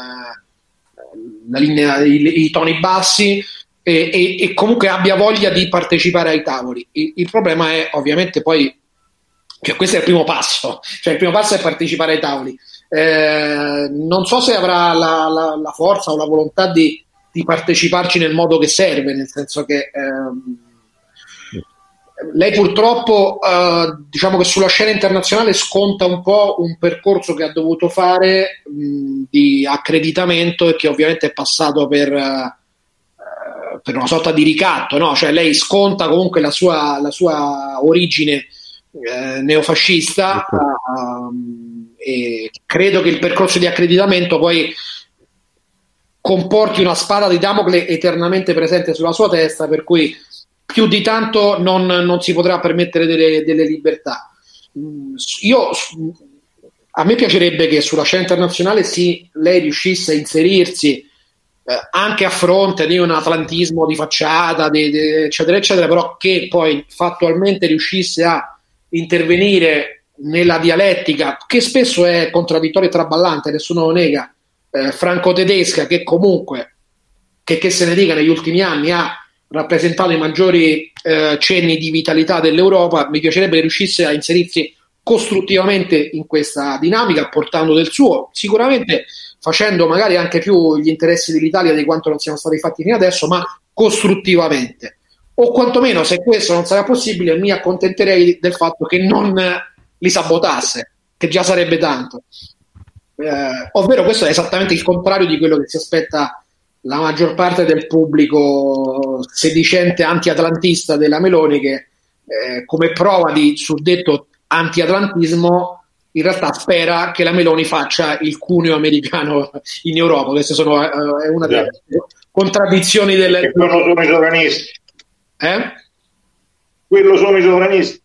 Speaker 5: la linea, i toni bassi, e comunque abbia voglia di partecipare ai tavoli. Il problema è ovviamente poi, cioè, questo è il primo passo, cioè il primo passo è partecipare ai tavoli. Non so se avrà la forza o la volontà di parteciparci nel modo che serve, nel senso che lei purtroppo diciamo che sulla scena internazionale sconta un po' un percorso che ha dovuto fare di accreditamento, e che ovviamente è passato per una sorta di ricatto, no? Cioè lei sconta comunque la sua origine neofascista, e credo che il percorso di accreditamento poi comporti una spada di Damocle eternamente presente sulla sua testa, per cui più di tanto non si potrà permettere delle libertà. A me piacerebbe che sulla scena internazionale lei riuscisse a inserirsi anche a fronte di un atlantismo di facciata, eccetera eccetera, però che poi fattualmente riuscisse a intervenire nella dialettica, che spesso è contraddittoria e traballante, nessuno lo nega, franco-tedesca, che comunque, che se ne dica, negli ultimi anni ha rappresentato i maggiori cenni di vitalità dell'Europa. Mi piacerebbe che riuscisse a inserirsi costruttivamente in questa dinamica, portando del suo, sicuramente facendo magari anche più gli interessi dell'Italia di quanto non siano stati fatti fino adesso, ma costruttivamente. O quantomeno, se questo non sarà possibile, mi accontenterei del fatto che non li sabotasse, che già sarebbe tanto. Ovvero, questo è esattamente il contrario di quello che si aspetta la maggior parte del pubblico sedicente anti-atlantista della Meloni, che come prova di suddetto anti-atlantismo in realtà spera che la Meloni faccia il cuneo americano in Europa. Queste sono è una delle contraddizioni
Speaker 2: e quello sono i sovranisti.
Speaker 5: Quello
Speaker 2: sono i sovranisti.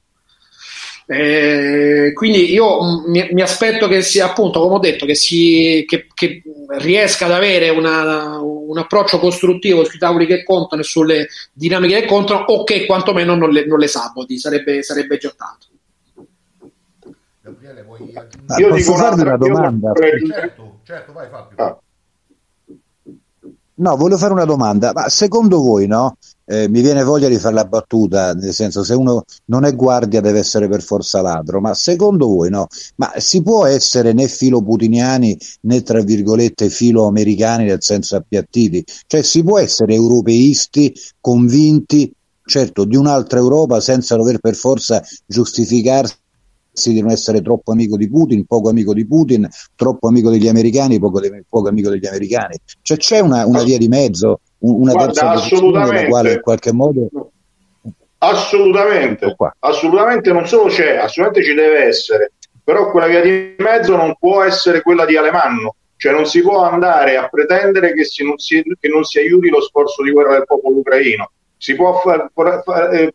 Speaker 5: Quindi io mi aspetto che sia, appunto, come ho detto, che riesca ad avere un approccio costruttivo sui tavoli che contano e sulle dinamiche che contano, o che quantomeno non le saboti. Sarebbe già tanto.
Speaker 1: Gabriele, vuoi
Speaker 3: io posso farvi una domanda?
Speaker 1: Certo, vai Fabio.
Speaker 3: No, volevo fare una domanda, ma secondo voi, no? Mi viene voglia di fare la battuta, nel senso, se uno non è guardia deve essere per forza ladro, ma secondo voi, no? Ma si può essere né filo putiniani né, tra virgolette, filo americani, nel senso appiattiti? Cioè si può essere europeisti, convinti, certo, di un'altra Europa, senza dover per forza giustificarsi di non essere troppo amico di Putin, poco amico di Putin, troppo amico degli americani, poco amico degli americani? Cioè c'è una via di mezzo, una terza posizione nella quale in qualche modo...
Speaker 2: Assolutamente, non solo c'è, assolutamente ci deve essere, però quella via di mezzo non può essere quella di Alemanno, cioè non si può andare a pretendere che non si aiuti lo sforzo di guerra del popolo ucraino, si può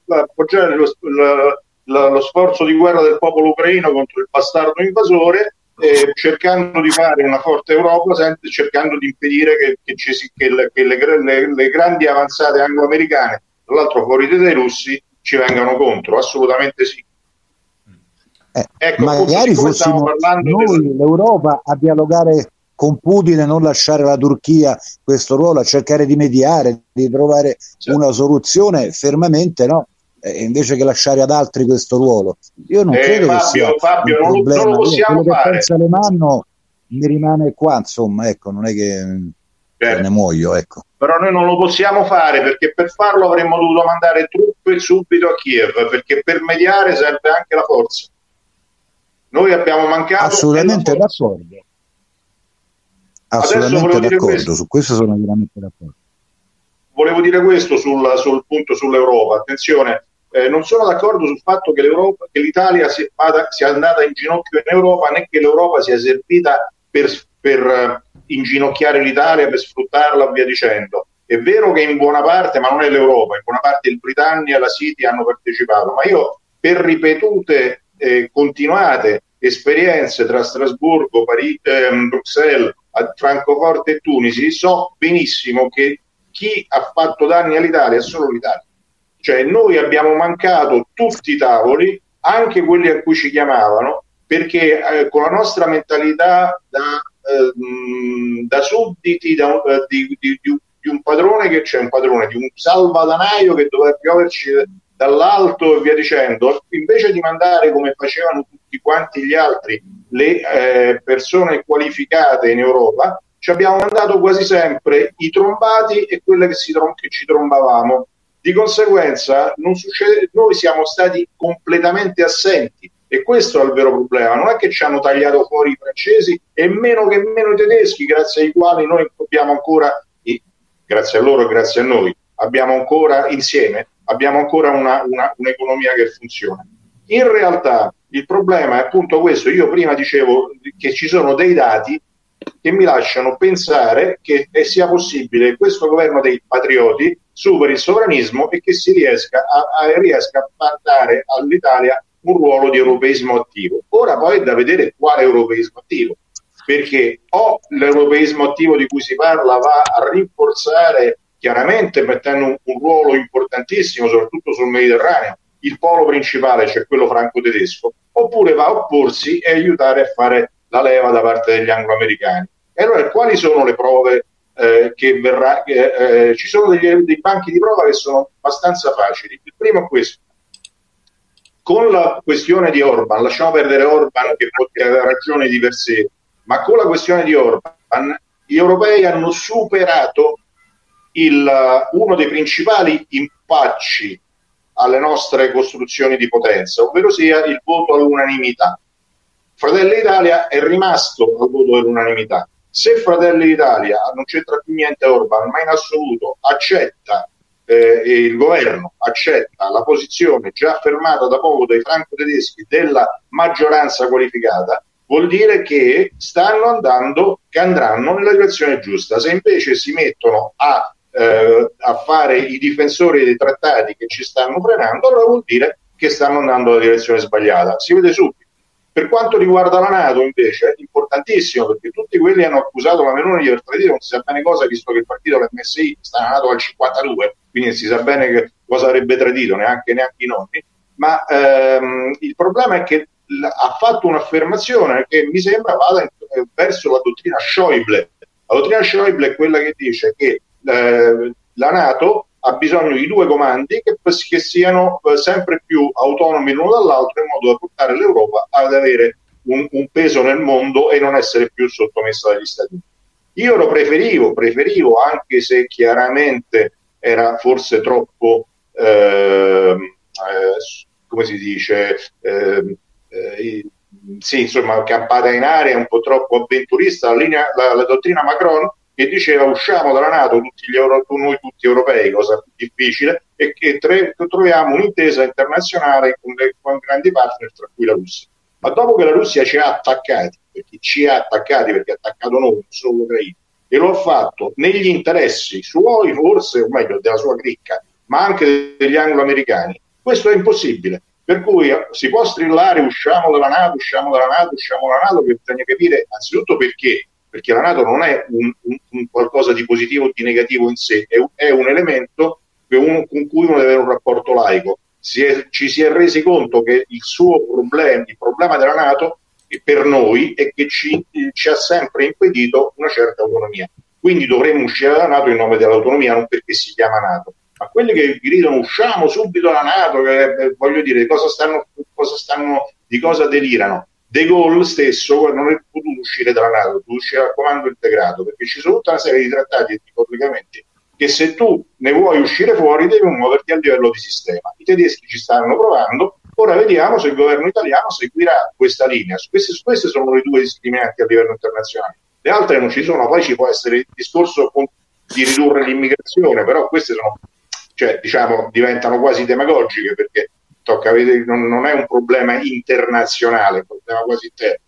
Speaker 2: appoggiare lo sforzo di guerra del popolo ucraino contro il bastardo invasore, cercando di fare una forte Europa, cercando di impedire che le grandi avanzate anglo-americane, tra l'altro fuori dai russi, ci vengano contro. Assolutamente sì.
Speaker 3: Ecco, magari fossimo noi, l'Europa, a dialogare con Putin e non lasciare alla Turchia questo ruolo, a cercare di mediare, di trovare una soluzione fermamente, no? Invece che lasciare ad altri questo ruolo. Io non credo che sia
Speaker 2: Fabio,
Speaker 3: un problema.
Speaker 2: non lo possiamo fare.
Speaker 3: Pensa Alemanno mi rimane qua, insomma, ecco, non è che ne muoio, ecco.
Speaker 2: Però noi non lo possiamo fare, perché per farlo avremmo dovuto mandare truppe subito a Kiev, perché per mediare serve anche la forza. Noi abbiamo mancato.
Speaker 3: Assolutamente d'accordo. Assolutamente d'accordo, su questo sono veramente d'accordo.
Speaker 2: Volevo dire questo sul punto sull'Europa. Attenzione, non sono d'accordo sul fatto che l'Italia sia andata in ginocchio in Europa, né che l'Europa sia servita per inginocchiare l'Italia, per sfruttarla, via dicendo. È vero che in buona parte, ma non è l'Europa, in buona parte il Britannia e la City hanno partecipato, ma io per ripetute continuate esperienze tra Strasburgo, Bruxelles, Francoforte e Tunisi, so benissimo che chi ha fatto danni all'Italia è solo l'Italia. Cioè noi abbiamo mancato tutti i tavoli, anche quelli a cui ci chiamavano, perché con la nostra mentalità da sudditi di un padrone, che c'è un padrone, di un salvadanaio che doveva pioverci dall'alto e via dicendo, invece di mandare, come facevano tutti quanti gli altri, le persone qualificate in Europa, ci abbiamo mandato quasi sempre i trombati e quelle che ci trombavamo. Di conseguenza noi siamo stati completamente assenti, e questo è il vero problema. Non è che ci hanno tagliato fuori i francesi e meno i tedeschi, grazie ai quali noi abbiamo ancora, grazie a loro e grazie a noi, abbiamo ancora insieme, abbiamo ancora un'economia che funziona. In realtà il problema è appunto questo. Io prima dicevo che ci sono dei dati che mi lasciano pensare che sia possibile che questo governo dei patrioti superi il sovranismo e che si riesca a dare all'Italia un ruolo di europeismo attivo. Ora poi è da vedere quale europeismo attivo, perché o l'europeismo attivo di cui si parla va a rinforzare, chiaramente mettendo un ruolo importantissimo soprattutto sul Mediterraneo, il polo principale, cioè quello franco-tedesco, oppure va a opporsi e aiutare a fare la leva da parte degli anglo-americani. E allora quali sono le prove ci sono dei banchi di prova che sono abbastanza facili. Il primo è questo: con la questione di Orban, lasciamo perdere Orban che aveva ragione di per sé, ma con la questione di Orban gli europei hanno superato uno dei principali impacci alle nostre costruzioni di potenza, ovvero sia il voto all'unanimità. Fratelli d'Italia è rimasto al voto dell'unanimità. Se Fratelli d'Italia non c'entra più niente Orban, ma in assoluto accetta, il governo accetta la posizione già affermata da poco dai franco-tedeschi della maggioranza qualificata, vuol dire che che andranno nella direzione giusta. Se invece si mettono a fare i difensori dei trattati che ci stanno frenando, allora vuol dire che stanno andando nella direzione sbagliata. Si vede subito. Per quanto riguarda la NATO, invece, è importantissimo, perché tutti quelli hanno accusato la Meloni di aver tradito, non si sa bene cosa, visto che il partito dell'MSI sta nato al 52, quindi non si sa bene che cosa avrebbe tradito, neanche i nonni. Ma il problema è che ha fatto un'affermazione che mi sembra vada verso la dottrina Schäuble. La dottrina Schäuble è quella che dice che la NATO ha bisogno di due comandi che siano sempre più autonomi l'uno dall'altro, in modo da portare l'Europa ad avere un peso nel mondo e non essere più sottomessa dagli Stati Uniti. Io lo preferivo, anche se chiaramente era forse troppo come si dice, sì, insomma, campata in aria, un po' troppo avventurista la dottrina Macron, che diceva usciamo dalla NATO noi tutti europei, cosa difficile, e che troviamo un'intesa internazionale con grandi partner, tra cui la Russia. Ma dopo che la Russia ci ha attaccati perché ha attaccato noi, non solo l'Ucraina, e lo ha fatto negli interessi suoi, forse, o meglio, della sua cricca, ma anche degli anglo-americani, questo è impossibile, Per cui si può strillare usciamo dalla NATO, che bisogna capire anzitutto perché la NATO non è un qualcosa di positivo o di negativo in sé, è un elemento con cui uno deve avere un rapporto laico. Ci si è resi conto che il problema della NATO per noi è che ci ha sempre impedito una certa autonomia. Quindi dovremmo uscire dalla NATO in nome dell'autonomia, non perché si chiama NATO. Ma quelli che gridano usciamo subito dalla NATO, voglio dire, di cosa delirano? De Gaulle stesso non è potuto uscire dalla NATO, potuto uscire dal comando integrato, perché ci sono tutta una serie di trattati e di collegamenti che se tu ne vuoi uscire fuori devi muoverti a livello di sistema. I tedeschi ci stanno provando, ora vediamo se il governo italiano seguirà questa linea. Queste sono le due discriminanti a livello internazionale. Le altre non ci sono, poi ci può essere il discorso di ridurre l'immigrazione, però queste sono, diventano quasi demagogiche, perché tocca vedere, non è un problema internazionale, è un problema quasi interno.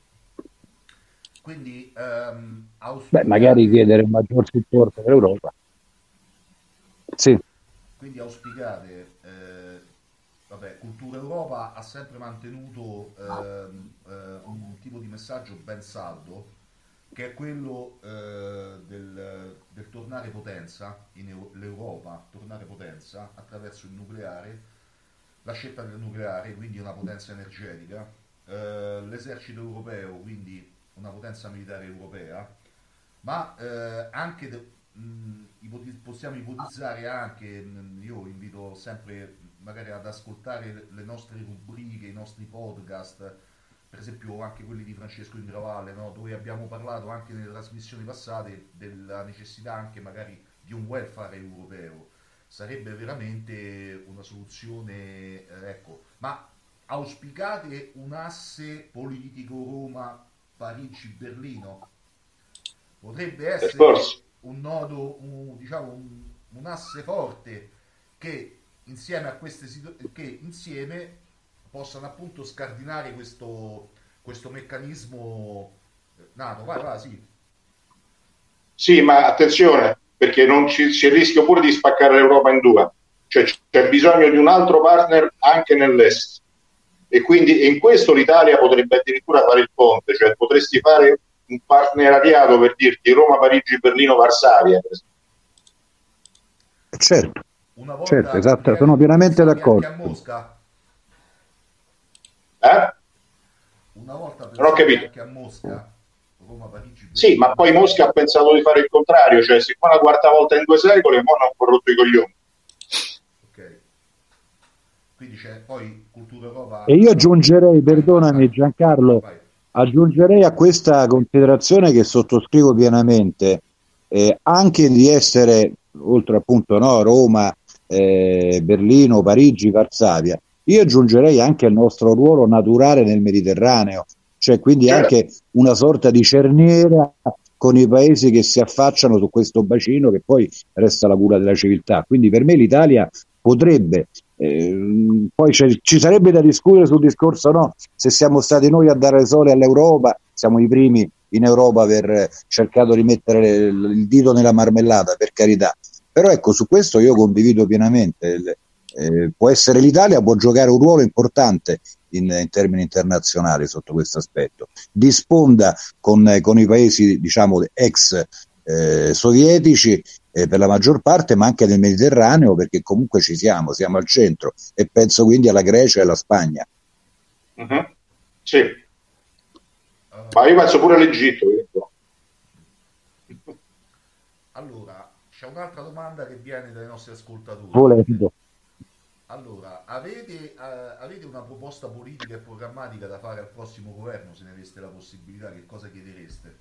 Speaker 1: Quindi
Speaker 3: magari chiedere un maggior supporto per l'Europa. Sì.
Speaker 1: Quindi auspicate, Cultura Europa ha sempre mantenuto un tipo di messaggio ben saldo, che è quello del tornare potenza l'Europa, tornare potenza attraverso il nucleare, la scelta del nucleare, quindi una potenza energetica, l'esercito europeo, quindi una potenza militare europea, ma anche possiamo ipotizzare anche, io invito sempre magari ad ascoltare le nostre rubriche, i nostri podcast, per esempio anche quelli di Francesco Ingravalle, no? Dove abbiamo parlato anche nelle trasmissioni passate della necessità anche magari di un welfare europeo. Sarebbe veramente una soluzione, ma auspicate un asse politico Roma-Parigi-Berlino? Potrebbe essere un nodo, un asse forte che insieme a che insieme possano appunto scardinare questo meccanismo nato. Vai, sì.
Speaker 2: Sì, ma attenzione, perché non c'è il rischio pure di spaccare l'Europa in due, cioè c'è bisogno di un altro partner anche nell'est, e quindi in questo l'Italia potrebbe addirittura fare il ponte, cioè potresti fare un partenariato, per dirti, Roma, Parigi, Berlino, Varsavia.
Speaker 3: Certo, esatto, sono pienamente d'accordo.
Speaker 1: Anche a Mosca? Una volta
Speaker 2: non ho capito.
Speaker 1: Anche a Mosca, Roma, Parigi, Berlino.
Speaker 2: Sì, ma poi Mosca ha pensato di fare il contrario, cioè se qua la quarta volta in 2 secoli, e mo' hanno un po' rotto i coglioni.
Speaker 1: Ok. Quindi c'è poi Cultura Europa.
Speaker 3: E io aggiungerei, perdonami Giancarlo, aggiungerei a questa considerazione che sottoscrivo pienamente, anche di essere, oltre appunto Roma, Berlino, Parigi, Varsavia, io aggiungerei anche il nostro ruolo naturale nel Mediterraneo, cioè quindi anche una sorta di cerniera con i paesi che si affacciano su questo bacino che poi resta la cura della civiltà. Quindi per me l'Italia potrebbe, poi ci sarebbe da discutere sul discorso se siamo stati noi a dare le sole all'Europa, siamo i primi in Europa per cercato di mettere il dito nella marmellata, per carità, però ecco, su questo io condivido pienamente. Può essere l'Italia, può giocare un ruolo importante in termini internazionali sotto questo aspetto, di sponda con i paesi ex sovietici per la maggior parte, ma anche nel Mediterraneo, perché comunque siamo al centro, e penso quindi alla Grecia e alla Spagna.
Speaker 2: Sì, ma io penso pure all'Egitto.
Speaker 1: Allora, c'è un'altra domanda che viene dai nostri ascoltatori.
Speaker 3: Volendo.
Speaker 1: Allora, avete una proposta politica e programmatica da fare al prossimo governo, se ne aveste la possibilità? Che cosa chiedereste?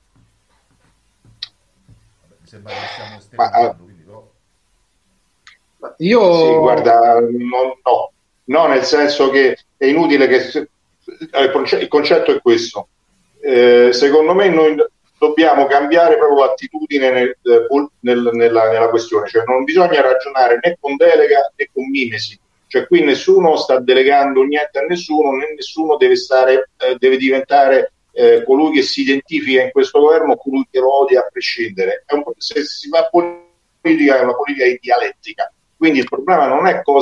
Speaker 1: Vabbè, mi sembra che stiamo esterminando, quindi però...
Speaker 2: Io... Sì, guarda, no, nel senso che è inutile che... Il concetto è questo. Secondo me noi dobbiamo cambiare proprio l'attitudine nella questione, cioè non bisogna ragionare né con delega né con mimesi, cioè qui nessuno sta delegando niente a nessuno, né nessuno deve diventare colui che si identifica in questo governo, colui che lo odia a prescindere. Se si fa politica, è una politica di dialettica, quindi il problema non è cosa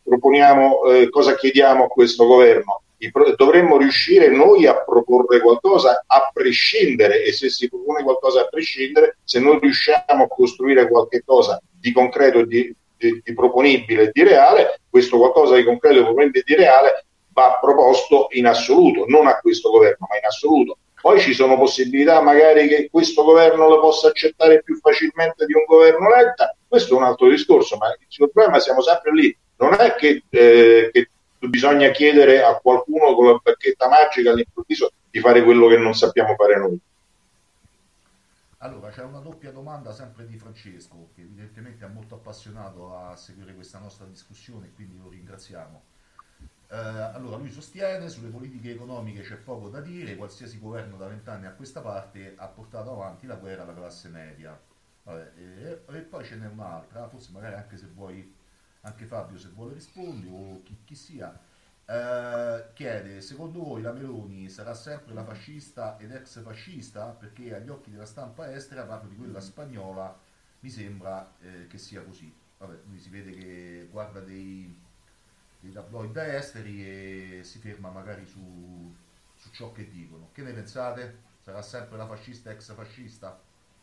Speaker 2: proponiamo, cosa chiediamo a questo governo? Dovremmo riuscire noi a proporre qualcosa a prescindere, e se si propone qualcosa a prescindere, se noi riusciamo a costruire qualche cosa di concreto, di proponibile, di reale, questo qualcosa di concreto, di proponibile, di reale va proposto in assoluto, non a questo governo, ma in assoluto. Poi ci sono possibilità magari che questo governo lo possa accettare più facilmente di un governo Letta, questo è un altro discorso, ma il problema siamo sempre lì. Non è che bisogna chiedere a qualcuno con la bacchetta magica all'improvviso di fare quello che non sappiamo fare noi.
Speaker 1: Allora, c'è una doppia domanda sempre di Francesco, che evidentemente è molto appassionato a seguire questa nostra discussione, quindi lo ringraziamo. Allora, lui sostiene sulle politiche economiche c'è poco da dire, qualsiasi governo da 20 anni a questa parte ha portato avanti la guerra alla classe media. Vabbè, e poi ce n'è un'altra, forse magari anche se vuoi, anche Fabio se vuole rispondi o chi sia, chiede: secondo voi la Meloni sarà sempre la fascista ed ex fascista? Perché agli occhi della stampa estera, proprio di quella spagnola, mi sembra che sia così. Vabbè, lui si vede che guarda dei tabloid esteri e si ferma magari su ciò che dicono. Che ne pensate? Sarà sempre la fascista ex fascista?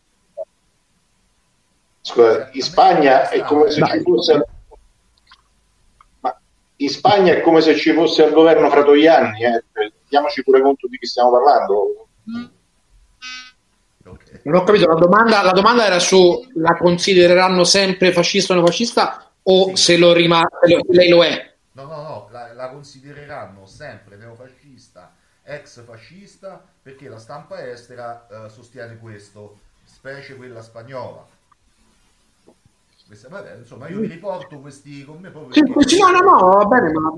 Speaker 2: Scusa, in Spagna è come se ci fosse, ma in Spagna è come se ci fosse al governo Fratoianni, diamoci pure conto di chi stiamo parlando.
Speaker 1: Okay.
Speaker 5: Non ho capito, la domanda era su: la considereranno sempre fascista o neofascista, o
Speaker 1: Sì.
Speaker 5: se lei lo è?
Speaker 1: No, la considereranno sempre neofascista, ex fascista, perché la stampa estera sostiene questo, specie quella spagnola. Vabbè, insomma, io vi riporto questi con me proprio
Speaker 5: Sì, no, va bene, ma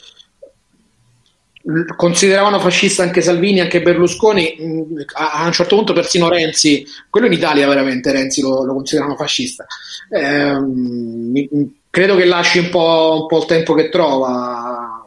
Speaker 5: consideravano fascista anche Salvini, anche Berlusconi, a un certo punto persino Renzi, quello in Italia veramente Renzi lo considerano fascista. Credo che lasci un po' il tempo che trova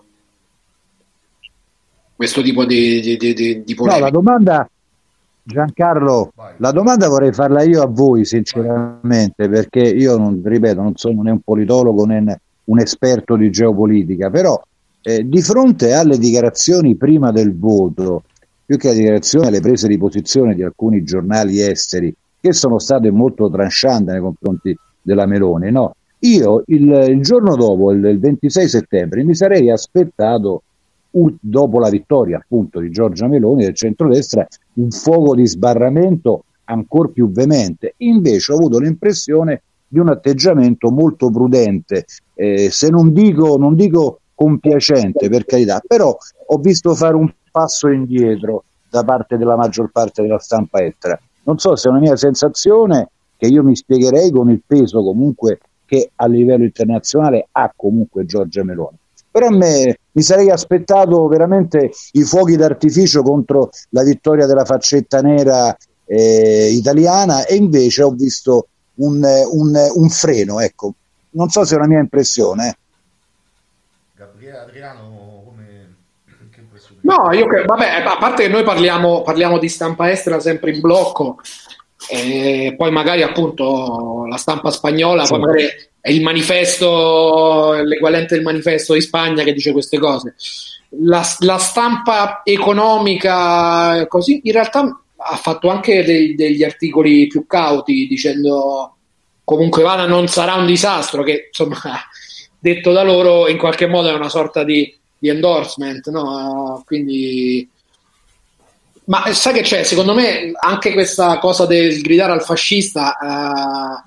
Speaker 5: questo tipo di polemica.
Speaker 3: No, la domanda, Giancarlo,
Speaker 1: Vai.
Speaker 3: la domanda vorrei farla io a voi sinceramente, perché io non sono né un politologo né un esperto di geopolitica, però di fronte alle dichiarazioni prima del voto, più che alle dichiarazioni, alle prese di posizione di alcuni giornali esteri che sono state molto tranchant nei confronti della Meloni, no? Io il giorno dopo, il 26 settembre, mi sarei aspettato, dopo la vittoria appunto di Giorgia Meloni del centrodestra, un fuoco di sbarramento ancora più veemente. Invece ho avuto l'impressione di un atteggiamento molto prudente, se non dico compiacente, per carità, però ho visto fare un passo indietro da parte della maggior parte della stampa estera. Non so se è una mia sensazione, che io mi spiegherei con il peso comunque che a livello internazionale ha comunque Giorgia Meloni. Però a me mi sarei aspettato veramente i fuochi d'artificio contro la vittoria della faccetta nera italiana, e invece ho visto un freno, ecco. Non so se è una mia impressione.
Speaker 1: Gabriele, Adriano, che impressione?
Speaker 5: No, vabbè, a parte che noi parliamo di stampa estera sempre in blocco, e poi magari appunto la stampa spagnola, poi magari è il manifesto, l'equivalente del manifesto di Spagna che dice queste cose. La stampa economica così in realtà ha fatto anche degli articoli più cauti dicendo comunque vada non sarà un disastro, che insomma detto da loro in qualche modo è una sorta di endorsement, no? Quindi, ma sai che c'è? Secondo me anche questa cosa del gridare al fascista,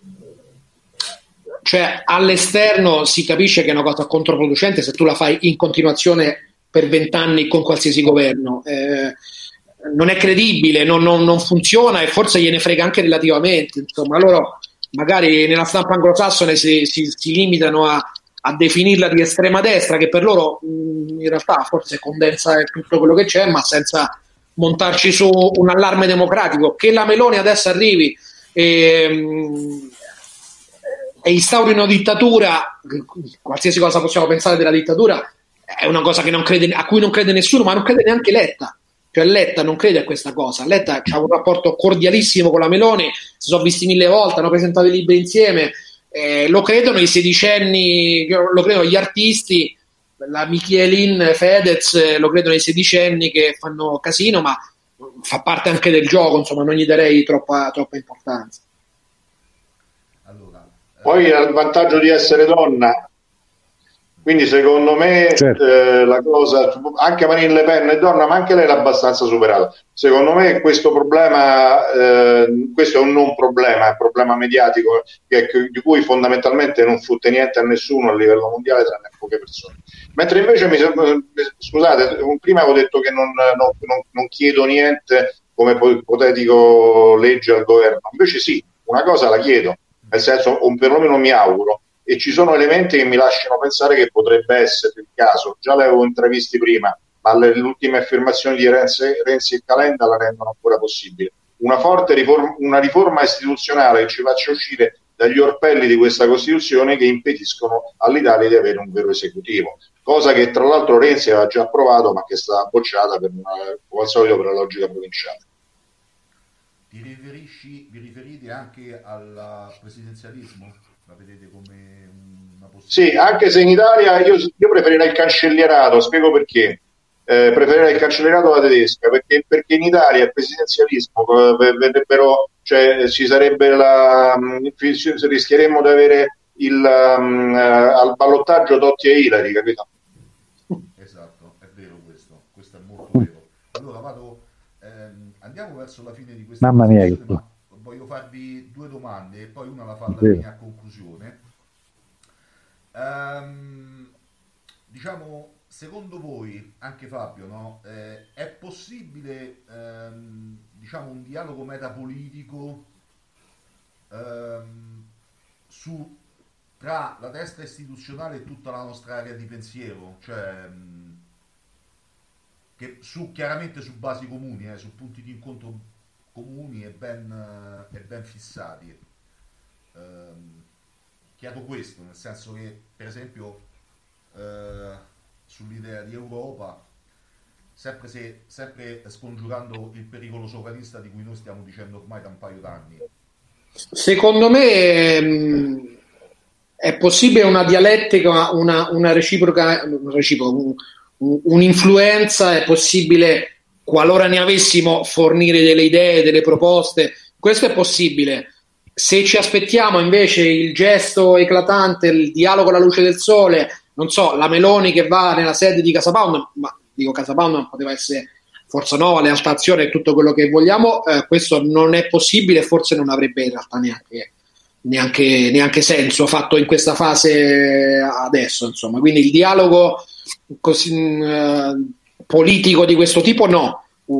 Speaker 5: cioè all'esterno si capisce che è una cosa controproducente se tu la fai in continuazione per 20 anni con qualsiasi governo. Non è credibile, non funziona, e forse gliene frega anche relativamente. Insomma, loro magari nella stampa anglosassone si limitano a definirla di estrema destra, che per loro in realtà forse condensa tutto quello che c'è, ma senza montarci su un allarme democratico. Che la Meloni adesso arrivi e instauri una dittatura, qualsiasi cosa possiamo pensare della dittatura, è una cosa che a cui non crede nessuno, ma non crede neanche Letta. Cioè Letta non crede a questa cosa. Letta ha un rapporto cordialissimo con la Meloni, si sono visti 1000 volte, hanno presentato i libri insieme, lo credono i sedicenni, lo credono gli artisti, la Michelin, Fedez, lo credono i sedicenni che fanno casino, ma fa parte anche del gioco, insomma, non gli darei troppa importanza.
Speaker 1: Allora,
Speaker 2: poi ha il vantaggio di essere donna, quindi secondo me
Speaker 3: certo.
Speaker 2: la cosa, anche Marine Le Pen è donna, ma anche lei l'ha abbastanza superata. Secondo me questo problema, questo è un non problema, è un problema mediatico di cui fondamentalmente non fotte niente a nessuno a livello mondiale, tranne a poche persone. Mentre invece scusate, prima avevo detto che non chiedo niente come ipotetico legge al governo, invece sì, una cosa la chiedo, nel senso, o perlomeno mi auguro, e ci sono elementi che mi lasciano pensare che potrebbe essere il caso. Già le avevo intravisti prima, ma le ultime affermazioni di Renzi e Calenda la rendono ancora possibile. Una forte riforma istituzionale che ci faccia uscire dagli orpelli di questa Costituzione, che impediscono all'Italia di avere un vero esecutivo, cosa che tra l'altro Renzi aveva già approvato, ma che è stata bocciata come al solito per la logica provinciale.
Speaker 1: Vi riferite anche al presidenzialismo? La vedete come una possibilità?
Speaker 2: Sì, anche se in Italia io preferirei il cancellierato, spiego perché. Preferirei il cancellierato alla tedesca, perché in Italia il presidenzialismo vedrebbero, cioè ci sarebbe rischieremmo di avere al ballottaggio Totti e Hillary, capito?
Speaker 1: Esatto, è vero questo è molto vero. Allora andiamo verso la fine di questa
Speaker 3: Mamma mia,
Speaker 1: ma voglio farvi due domande e poi una la fa la mia a conclusione. Diciamo, secondo voi, anche Fabio, no? È possibile diciamo un dialogo metapolitico tra la destra istituzionale e tutta la nostra area di pensiero, cioè che chiaramente su basi comuni, su punti di incontro comuni e ben fissati. Chiedo questo, nel senso che, per esempio, sull'idea di Europa, sempre scongiurando il pericolo sovranista di cui noi stiamo dicendo ormai da un paio d'anni.
Speaker 5: Secondo me è possibile una dialettica, una reciproca, un'influenza, è possibile, qualora ne avessimo, fornire delle idee, delle proposte, questo è possibile. Se ci aspettiamo invece il gesto eclatante, il dialogo alla luce del sole, non so, la Meloni che va nella sede di Casa Pound, ma dico Casa Pound, non poteva essere Forza Nuova, Lealtà Azione e tutto quello che vogliamo, questo non è possibile, forse non avrebbe in realtà neanche senso fatto in questa fase adesso, insomma. Quindi il dialogo così, politico di questo tipo no,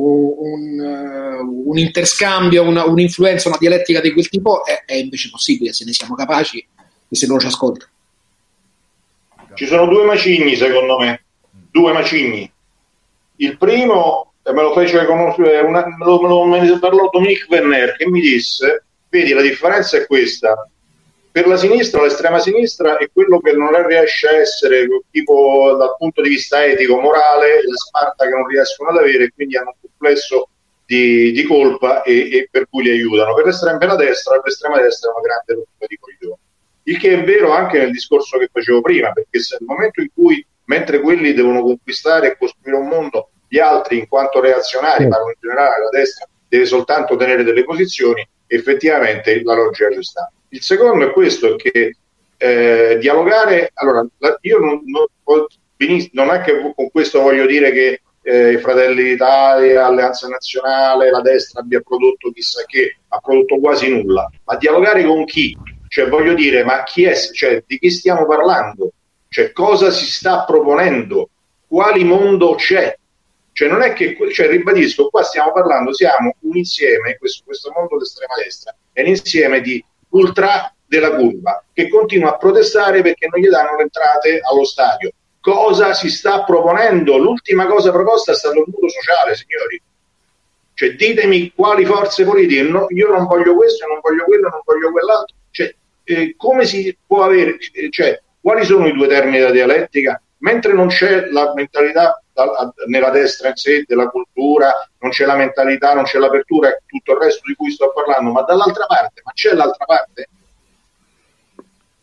Speaker 5: un interscambio, un'influenza, una dialettica di quel tipo è invece possibile, se ne siamo capaci e se loro ci ascoltano.
Speaker 2: Ci sono due macigni, secondo me, due macigni. Il primo me lo fece conoscere, me ne parlò Dominique Venner, che mi disse: vedi, la differenza è questa: per la sinistra, l'estrema sinistra è quello che non riesce a essere tipo dal punto di vista etico, morale, la Sparta che non riescono ad avere, quindi hanno un complesso di colpa e per cui li aiutano. Per l'estrema destra è una grande rottura di coglioni. Il che è vero anche nel discorso che facevo prima, perché se nel momento in cui, mentre quelli devono conquistare e costruire un mondo, gli altri, in quanto reazionari, ma in generale la destra deve soltanto tenere delle posizioni, effettivamente la logica ci sta. Il secondo è questo, che dialogare, allora io non è che con questo voglio dire che i Fratelli d'Italia, Alleanza Nazionale, la destra abbia prodotto chissà che, ha prodotto quasi nulla, ma dialogare con chi? Cioè voglio dire, ma chi è, cioè, di chi stiamo parlando? Cioè cosa si sta proponendo? Quali mondo c'è? Cioè non è che, cioè ribadisco, qua stiamo parlando, siamo un insieme, questo mondo d'estrema destra è un insieme di ultra della curva che continua a protestare perché non gli danno le entrate allo stadio. Cosa si sta proponendo? L'ultima cosa proposta è stato il voto sociale, signori. Cioè ditemi quali forze politiche, no, io non voglio questo, non voglio quello, non voglio quell'altro. Cioè, come si può avere, cioè, quali sono i due termini della dialettica? Mentre non c'è la mentalità nella destra in sé della cultura, non c'è la mentalità, non c'è l'apertura e tutto il resto di cui sto parlando, ma dall'altra parte, ma c'è l'altra parte?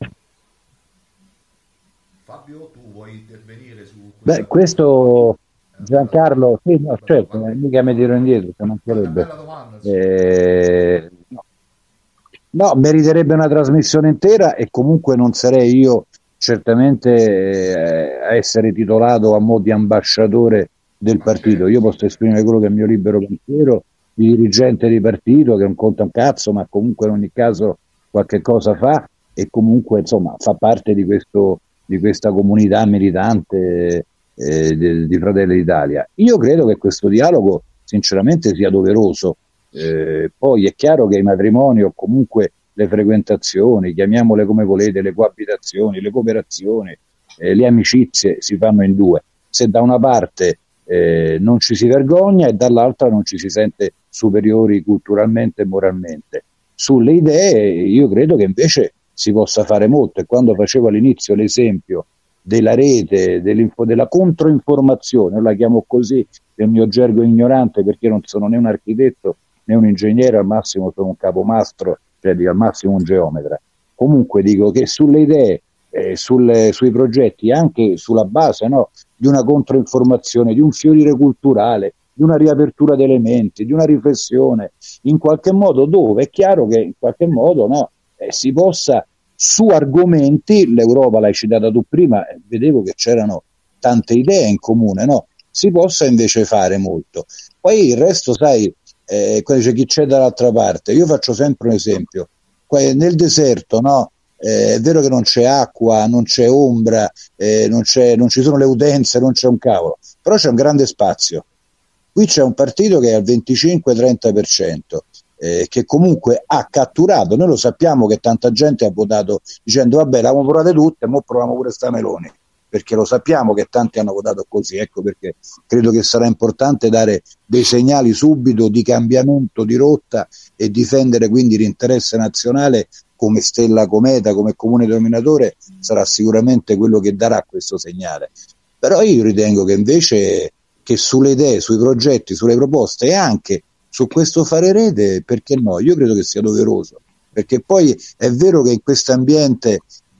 Speaker 1: Fabio, tu vuoi intervenire su
Speaker 3: questo Giancarlo, sì, no, certo, mica mi tiro indietro, se non sarebbe. No, meriterebbe una trasmissione intera e comunque non sarei io certamente a essere titolato a mo' di ambasciatore del partito. Io posso esprimere quello che è il mio libero pensiero di dirigente di partito, che non conta un cazzo, ma comunque in ogni caso qualche cosa fa e comunque insomma fa parte di questa comunità militante di Fratelli d'Italia. Io credo che questo dialogo sinceramente sia doveroso. Poi è chiaro che i matrimoni o comunque le frequentazioni, chiamiamole come volete, le coabitazioni, le cooperazioni, le amicizie si fanno in due. Se da una parte non ci si vergogna e dall'altra non ci si sente superiori culturalmente e moralmente. Sulle idee io credo che invece si possa fare molto, e quando facevo all'inizio l'esempio della rete, della controinformazione, la chiamo così nel mio gergo ignorante perché non sono né un architetto né un ingegnere, al massimo sono un capomastro, cioè al massimo un geometra. Comunque dico che sulle idee, sui progetti, anche sulla base di una controinformazione, di un fiorire culturale, di una riapertura di elementi, di una riflessione, in qualche modo dove è chiaro che in qualche modo si possa su argomenti, l'Europa l'hai citata tu prima, vedevo che c'erano tante idee in comune, si possa invece fare molto. Poi il resto, sai, c'è chi c'è dall'altra parte. Io faccio sempre un esempio. Nel deserto, è vero che non c'è acqua, non c'è ombra, non ci sono le utenze, non c'è un cavolo, però c'è un grande spazio. Qui c'è un partito che è al 25-30%, che comunque ha catturato. Noi lo sappiamo che tanta gente ha votato dicendo vabbè, l'abbiamo provate tutte, mo proviamo pure sta Meloni, perché lo sappiamo che tanti hanno votato così. Ecco perché credo che sarà importante dare dei segnali subito di cambiamento di rotta e difendere quindi l'interesse nazionale come stella cometa, come comune denominatore. Sarà sicuramente quello che darà questo segnale. Però io ritengo che invece che sulle idee, sui progetti, sulle proposte e anche su questo fare rete, perché no? Io credo che sia doveroso, perché poi è vero che in questo ambiente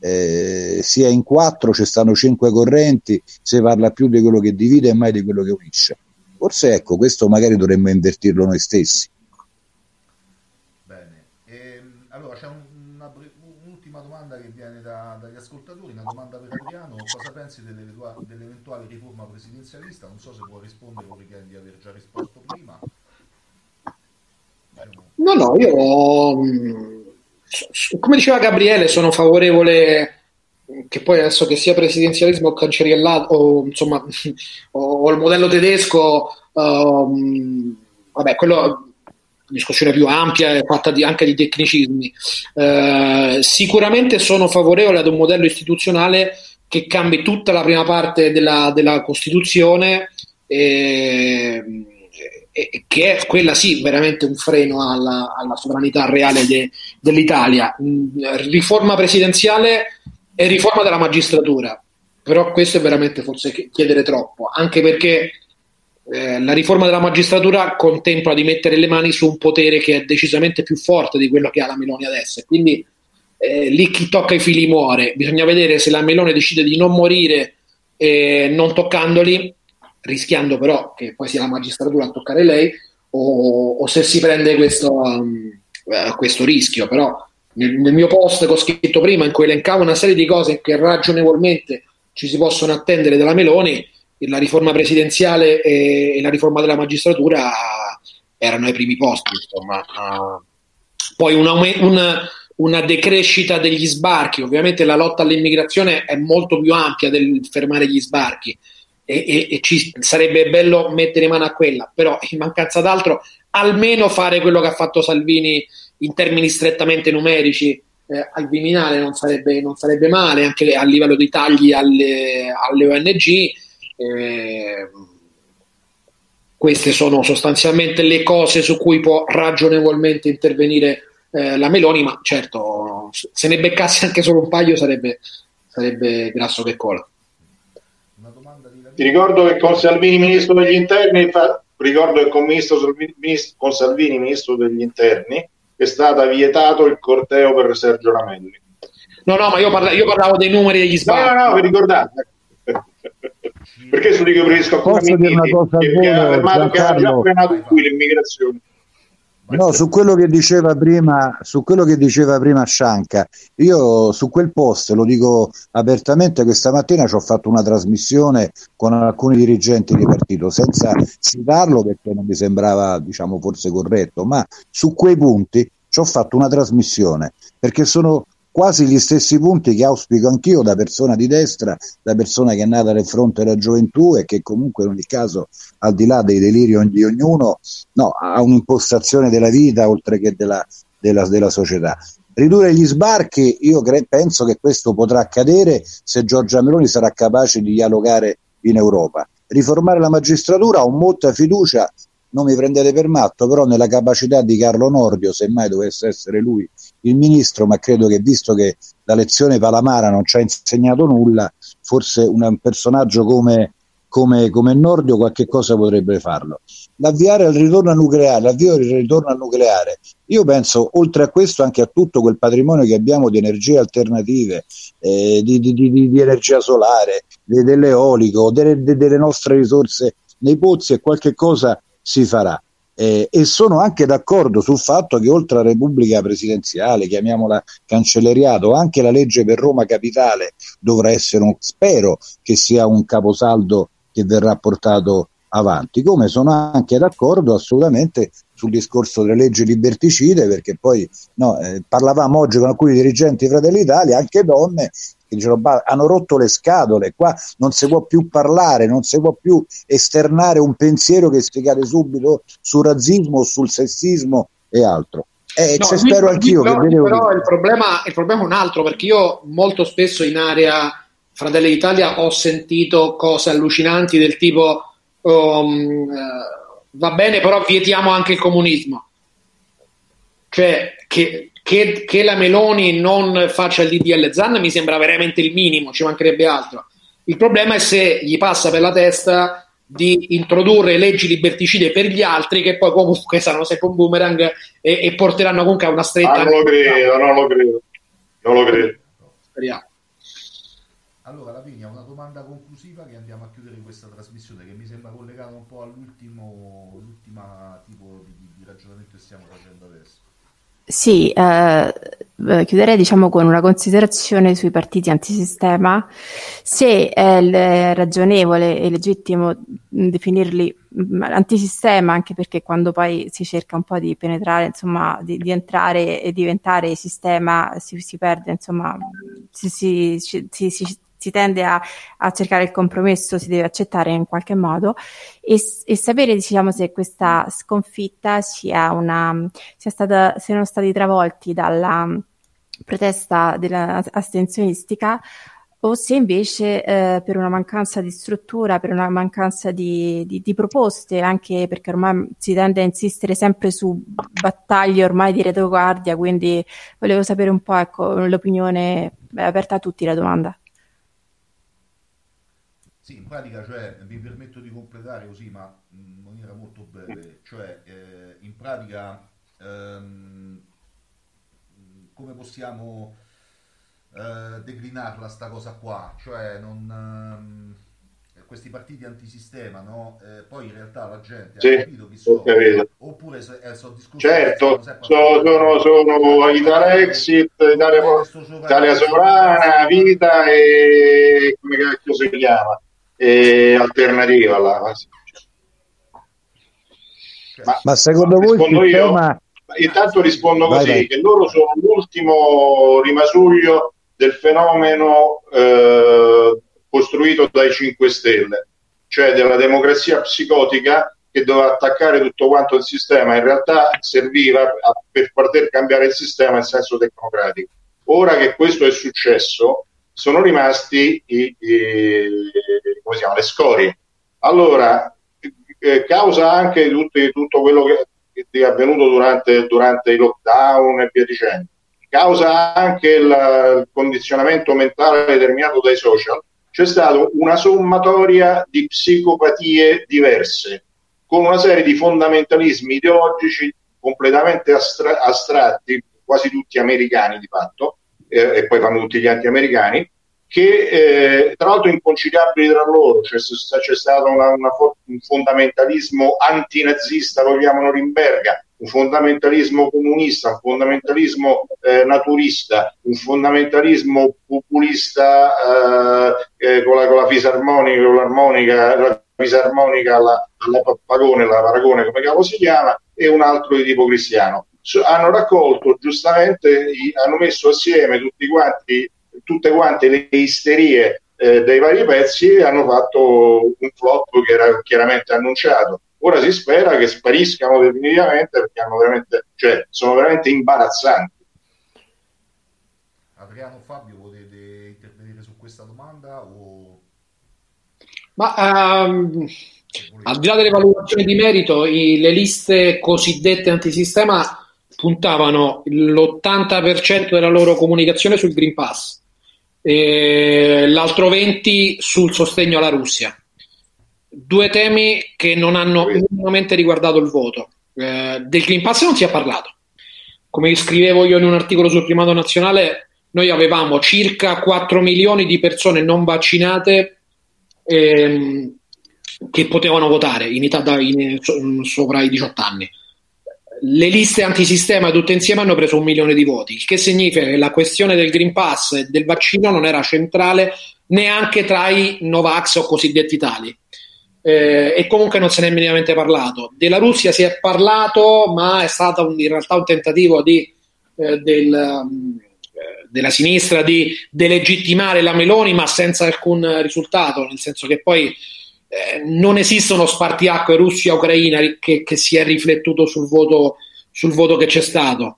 Speaker 3: sia in 4 ci stanno 5 correnti, si parla più di quello che divide e mai di quello che unisce. Forse ecco, questo magari dovremmo invertirlo noi stessi.
Speaker 1: Bene, allora c'è un'ultima domanda che viene dagli ascoltatori, una domanda per Adriano: cosa pensi dell'eventuale riforma presidenzialista? Non so se può rispondere o ritieni di aver già risposto prima.
Speaker 5: No, io come diceva Gabriele sono favorevole che poi adesso che sia presidenzialismo o cancellierato o insomma o il modello tedesco, vabbè, quello discussione più ampia e fatta anche di tecnicismi. Sicuramente sono favorevole ad un modello istituzionale che cambi tutta la prima parte della Costituzione, che è quella sì veramente un freno alla sovranità reale dell'Italia. Riforma presidenziale e riforma della magistratura, però questo è veramente forse chiedere troppo, anche perché la riforma della magistratura contempla di mettere le mani su un potere che è decisamente più forte di quello che ha la Meloni adesso, e quindi lì chi tocca i fili muore. Bisogna vedere se la Meloni decide di non morire non toccandoli, rischiando però che poi sia la magistratura a toccare lei, o se si prende questo rischio. Però nel mio post che ho scritto prima, in cui elencavo una serie di cose che ragionevolmente ci si possono attendere dalla Meloni, la riforma presidenziale e la riforma della magistratura erano ai primi posti, insomma. Poi una decrescita degli sbarchi. Ovviamente la lotta all'immigrazione è molto più ampia del fermare gli sbarchi, e ci sarebbe bello mettere mano a quella, però in mancanza d'altro almeno fare quello che ha fatto Salvini in termini strettamente numerici al Viminale non sarebbe male, anche a livello di tagli alle ONG. Queste sono sostanzialmente le cose su cui può ragionevolmente intervenire la Meloni, ma certo se ne beccasse anche solo un paio sarebbe grasso che cola.
Speaker 2: Ti ricordo che con Salvini ministro degli interni con Salvini ministro degli interni è stato vietato il corteo per Sergio Ramelli.
Speaker 5: No, ma io parlavo dei numeri degli sbarchi.
Speaker 2: No, vi ricordate? Perché su di che riferisco a
Speaker 3: Posso dire una cosa
Speaker 2: che ha affermato che ha già frenato qui l'immigrazione.
Speaker 3: No, su quello che diceva prima Scianca, io su quel post, lo dico apertamente, questa mattina ci ho fatto una trasmissione con alcuni dirigenti di partito, senza citarlo perché non mi sembrava, diciamo, forse corretto, ma su quei punti ci ho fatto una trasmissione perché sono quasi gli stessi punti che auspico anch'io da persona di destra, da persona che è nata nel fronte della gioventù e che comunque in ogni caso, al di là dei deliri di ognuno, ha un'impostazione della vita oltre che della società. Ridurre gli sbarchi, io penso che questo potrà accadere se Giorgia Meloni sarà capace di dialogare in Europa. Riformare la magistratura, ho molta fiducia, non mi prendete per matto, però nella capacità di Carlo Nordio, se mai dovesse essere lui il ministro, ma credo che visto che la lezione Palamara non ci ha insegnato nulla, forse un personaggio come Nordio qualche cosa potrebbe farlo. L'avvio del ritorno al nucleare, io penso oltre a questo anche a tutto quel patrimonio che abbiamo di energie alternative, di energia solare, dell'eolico, delle nostre risorse nei pozzi, e qualche cosa si farà. E sono anche d'accordo sul fatto che oltre alla Repubblica presidenziale, chiamiamola cancelleriato, anche la legge per Roma Capitale dovrà essere spero che sia un caposaldo che verrà portato avanti, come sono anche d'accordo assolutamente sul discorso delle leggi liberticide, perché poi parlavamo oggi con alcuni dirigenti di Fratelli d'Italia, anche donne, che dicevano hanno rotto le scatole, qua non si può più parlare, non si può più esternare un pensiero che si cade subito sul razzismo, sul sessismo e altro. Spero anch'io
Speaker 5: però il problema è un altro, perché io molto spesso in area Fratelli d'Italia ho sentito cose allucinanti del tipo va bene, però vietiamo anche il comunismo, cioè che la Meloni non faccia il DDL Zan mi sembra veramente il minimo, ci mancherebbe altro. Il problema è se gli passa per la testa di introdurre leggi liberticide per gli altri, che poi comunque saranno sempre un boomerang e porteranno comunque a una stretta.
Speaker 2: Non lo credo.
Speaker 5: Speriamo.
Speaker 1: Allora, Lavinia, una domanda conclusiva che andiamo a chiudere questa trasmissione, che mi sembra collegata un po' all'ultima tipo di ragionamento che stiamo facendo adesso.
Speaker 4: Sì, chiuderei diciamo con una considerazione sui partiti antisistema. Se è ragionevole e legittimo definirli antisistema, anche perché quando poi si cerca un po' di penetrare, insomma, di entrare e diventare sistema, si perde, insomma, si tende a cercare il compromesso, si deve accettare in qualche modo e sapere, diciamo, se questa sconfitta siano stati travolti dalla protesta dell'astensionistica o se invece per una mancanza di struttura, per una mancanza di proposte, anche perché ormai si tende a insistere sempre su battaglie ormai di retroguardia, quindi volevo sapere un po', ecco, l'opinione, aperta a tutti la domanda.
Speaker 1: Sì, in pratica, cioè, vi permetto di completare così, ma in maniera molto breve, cioè, in pratica, come possiamo declinarla sta cosa qua? Cioè, questi partiti antisistema, no? Poi in realtà la gente ha capito chi sono, oppure sono discorsi.
Speaker 2: Certo, sono Italexit, Italia Sovrana, Vita e come cacchio si chiama? Alternativa là.
Speaker 3: Ma secondo voi il sistema...
Speaker 2: Intanto rispondo così, vai. Che loro sono l'ultimo rimasuglio del fenomeno costruito dai 5 Stelle, cioè della democrazia psicotica che doveva attaccare tutto quanto il sistema, in realtà serviva per poter cambiare il sistema in senso tecnocratico. Ora che questo è successo, sono rimasti come si chiama, le scorie. Allora, causa anche tutto quello che è avvenuto durante i lockdown e via dicendo, causa anche il condizionamento mentale determinato dai social. C'è stata una sommatoria di psicopatie diverse, con una serie di fondamentalismi ideologici completamente astratti, quasi tutti americani di fatto, e poi fanno tutti gli anti-americani, che tra l'altro inconciliabili tra loro, cioè c'è stato un fondamentalismo antinazista, lo chiamano Norimberga, un fondamentalismo comunista, un fondamentalismo naturista, un fondamentalismo populista con la fisarmonica, la fisarmonica alla Pappagone, la Paragone, come cavolo si chiama, e un altro di tipo cristiano. Hanno raccolto giustamente, hanno messo assieme tutte quante le isterie dei vari pezzi e hanno fatto un flop che era chiaramente annunciato. Ora si spera che spariscano definitivamente, perché sono veramente imbarazzanti.
Speaker 1: Adriano, Fabio, volete intervenire su questa domanda?
Speaker 5: Ma al di là delle valutazioni di merito, le liste cosiddette antisistema puntavano l'80% della loro comunicazione sul Green Pass, e l'altro 20% sul sostegno alla Russia. Due temi che non hanno minimamente riguardato il voto. Del Green Pass non si è parlato. Come scrivevo io in un articolo sul Primato Nazionale, noi avevamo circa 4 milioni di persone non vaccinate che potevano votare sopra i 18 anni. Le liste antisistema tutte insieme hanno preso 1 milione di voti, il che significa che la questione del Green Pass e del vaccino non era centrale neanche tra i Novax o cosiddetti tali. E comunque non se ne è minimamente parlato. Della Russia si è parlato, ma è stato in realtà un tentativo della sinistra di delegittimare la Meloni, ma senza alcun risultato, nel senso che poi non esistono spartiacque Russia-Ucraina che si è riflettuto sul voto che c'è stato.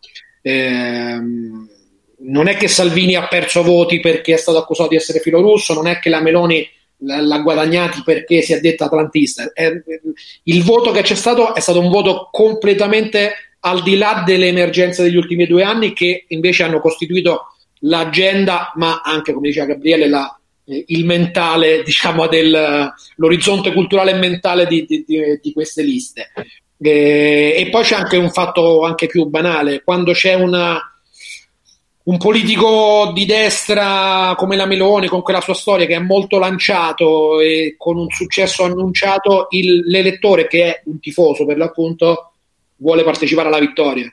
Speaker 5: Non è che Salvini ha perso voti perché è stato accusato di essere filorusso, non è che la Meloni l'ha guadagnati perché si è detta atlantista. Il voto che c'è stato è stato un voto completamente al di là delle emergenze degli ultimi 2 anni, che invece hanno costituito l'agenda, ma anche, come diceva Gabriele, il mentale, diciamo, l'orizzonte culturale e mentale di queste liste. E poi c'è anche un fatto anche più banale: quando c'è un politico di destra come la Meloni, con quella sua storia che è molto lanciato e con un successo annunciato, l'elettore, che è un tifoso per l'appunto, vuole partecipare alla vittoria.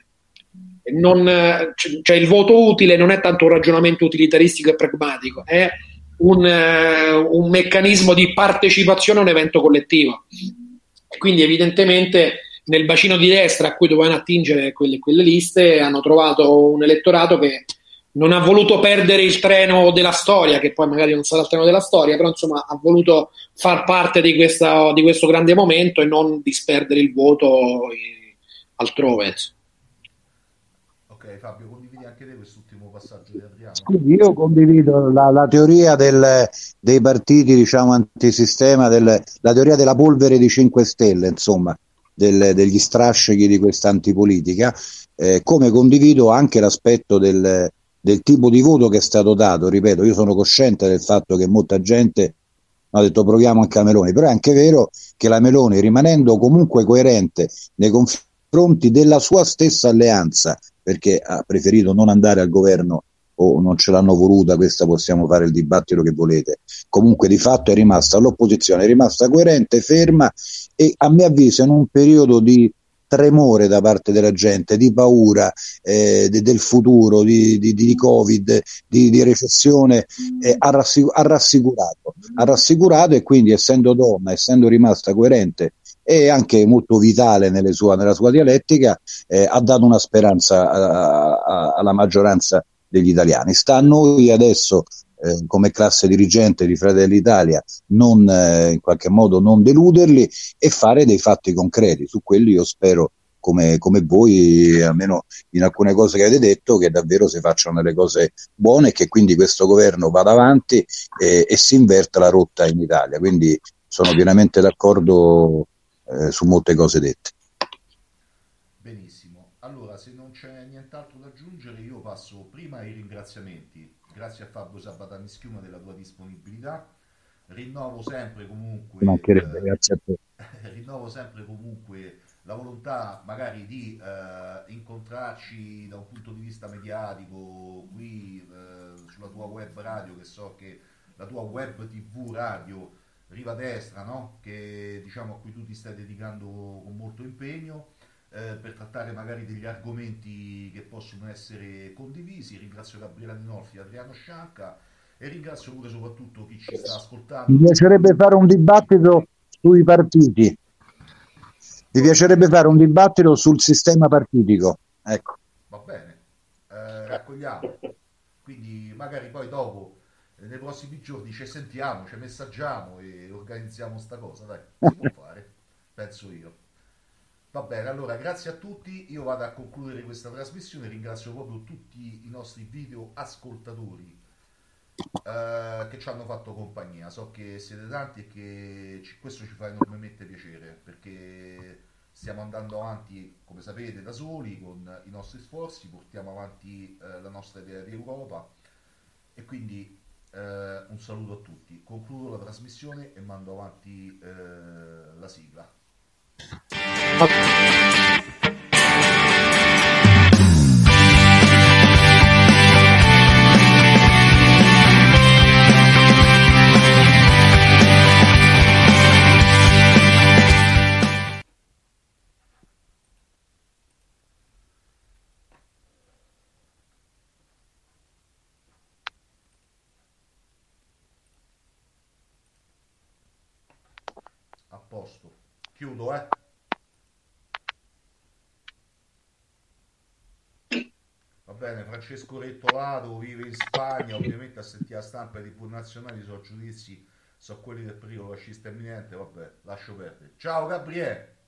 Speaker 5: Cioè il voto utile non è tanto un ragionamento utilitaristico e pragmatico, è un meccanismo di partecipazione a un evento collettivo. Quindi evidentemente nel bacino di destra a cui dovevano attingere quelle liste hanno trovato un elettorato che non ha voluto perdere il treno della storia, che poi magari non sarà il treno della storia, però insomma ha voluto far parte di questo grande momento e non disperdere il voto altrove.
Speaker 1: Ok, Fabio, condividi anche te quest'ultimo passaggio di Adriano?
Speaker 3: Io condivido la teoria dei partiti, diciamo, antisistema, la teoria della polvere di 5 Stelle, insomma, degli strascichi di questa antipolitica, come condivido anche l'aspetto del tipo di voto che è stato dato. Ripeto, io sono cosciente del fatto che molta gente ha detto proviamo anche la Meloni, però è anche vero che la Meloni, rimanendo comunque coerente nei confronti della sua stessa alleanza, perché ha preferito non andare al governo o non ce l'hanno voluta, questa possiamo fare il dibattito che volete, comunque di fatto è rimasta all'opposizione, è rimasta coerente, ferma, e a mio avviso in un periodo di tremore da parte della gente, di paura del futuro, di Covid, di recessione, ha rassicurato, e quindi, essendo donna, essendo rimasta coerente e anche molto vitale nella sua dialettica, ha dato una speranza alla maggioranza degli italiani. Sta a noi adesso, come classe dirigente di Fratelli d'Italia, in qualche modo non deluderli e fare dei fatti concreti. Su quelli io spero, come voi, almeno in alcune cose che avete detto, che davvero si facciano delle cose buone e che quindi questo governo vada avanti e si inverta la rotta in Italia. Quindi sono pienamente d'accordo su molte cose dette.
Speaker 1: Benissimo, allora se non c'è nient'altro da aggiungere io passo prima ai ringraziamenti. Grazie a Fabio Sabatani Schiuma della tua disponibilità. Rinnovo sempre comunque
Speaker 3: grazie a te.
Speaker 1: rinnovo sempre comunque la volontà magari di incontrarci da un punto di vista mediatico qui sulla tua web radio, che so che la tua web TV radio Riva Destra, no? Che diciamo a cui tu ti stai dedicando con molto impegno, per trattare magari degli argomenti che possono essere condivisi. Ringrazio Gabriele Adinolfi e Adriano Scianca e ringrazio pure soprattutto chi ci sta ascoltando.
Speaker 3: Mi piacerebbe fare un dibattito sui partiti. Mi piacerebbe fare un dibattito sul sistema partitico. Ecco.
Speaker 1: Va bene, raccogliamo. Quindi magari poi dopo, nei prossimi giorni, ci sentiamo, ci messaggiamo e organizziamo sta cosa. Dai, si può fare, penso io. Va bene, allora grazie a tutti, io vado a concludere questa trasmissione, ringrazio proprio tutti i nostri video ascoltatori che ci hanno fatto compagnia. So che siete tanti e che questo ci fa enormemente piacere, perché stiamo andando avanti, come sapete, da soli con i nostri sforzi, portiamo avanti la nostra idea di Europa e quindi un saluto a tutti. Concludo la trasmissione e mando avanti la sigla. A posto, chiudo, Va bene, Francesco Rettolato vive in Spagna, ovviamente a sentire la stampa e i TV nazionali sono giudizi, sono quelli del pericolo fascista imminente, vabbè, lascio perdere. Ciao Gabriele!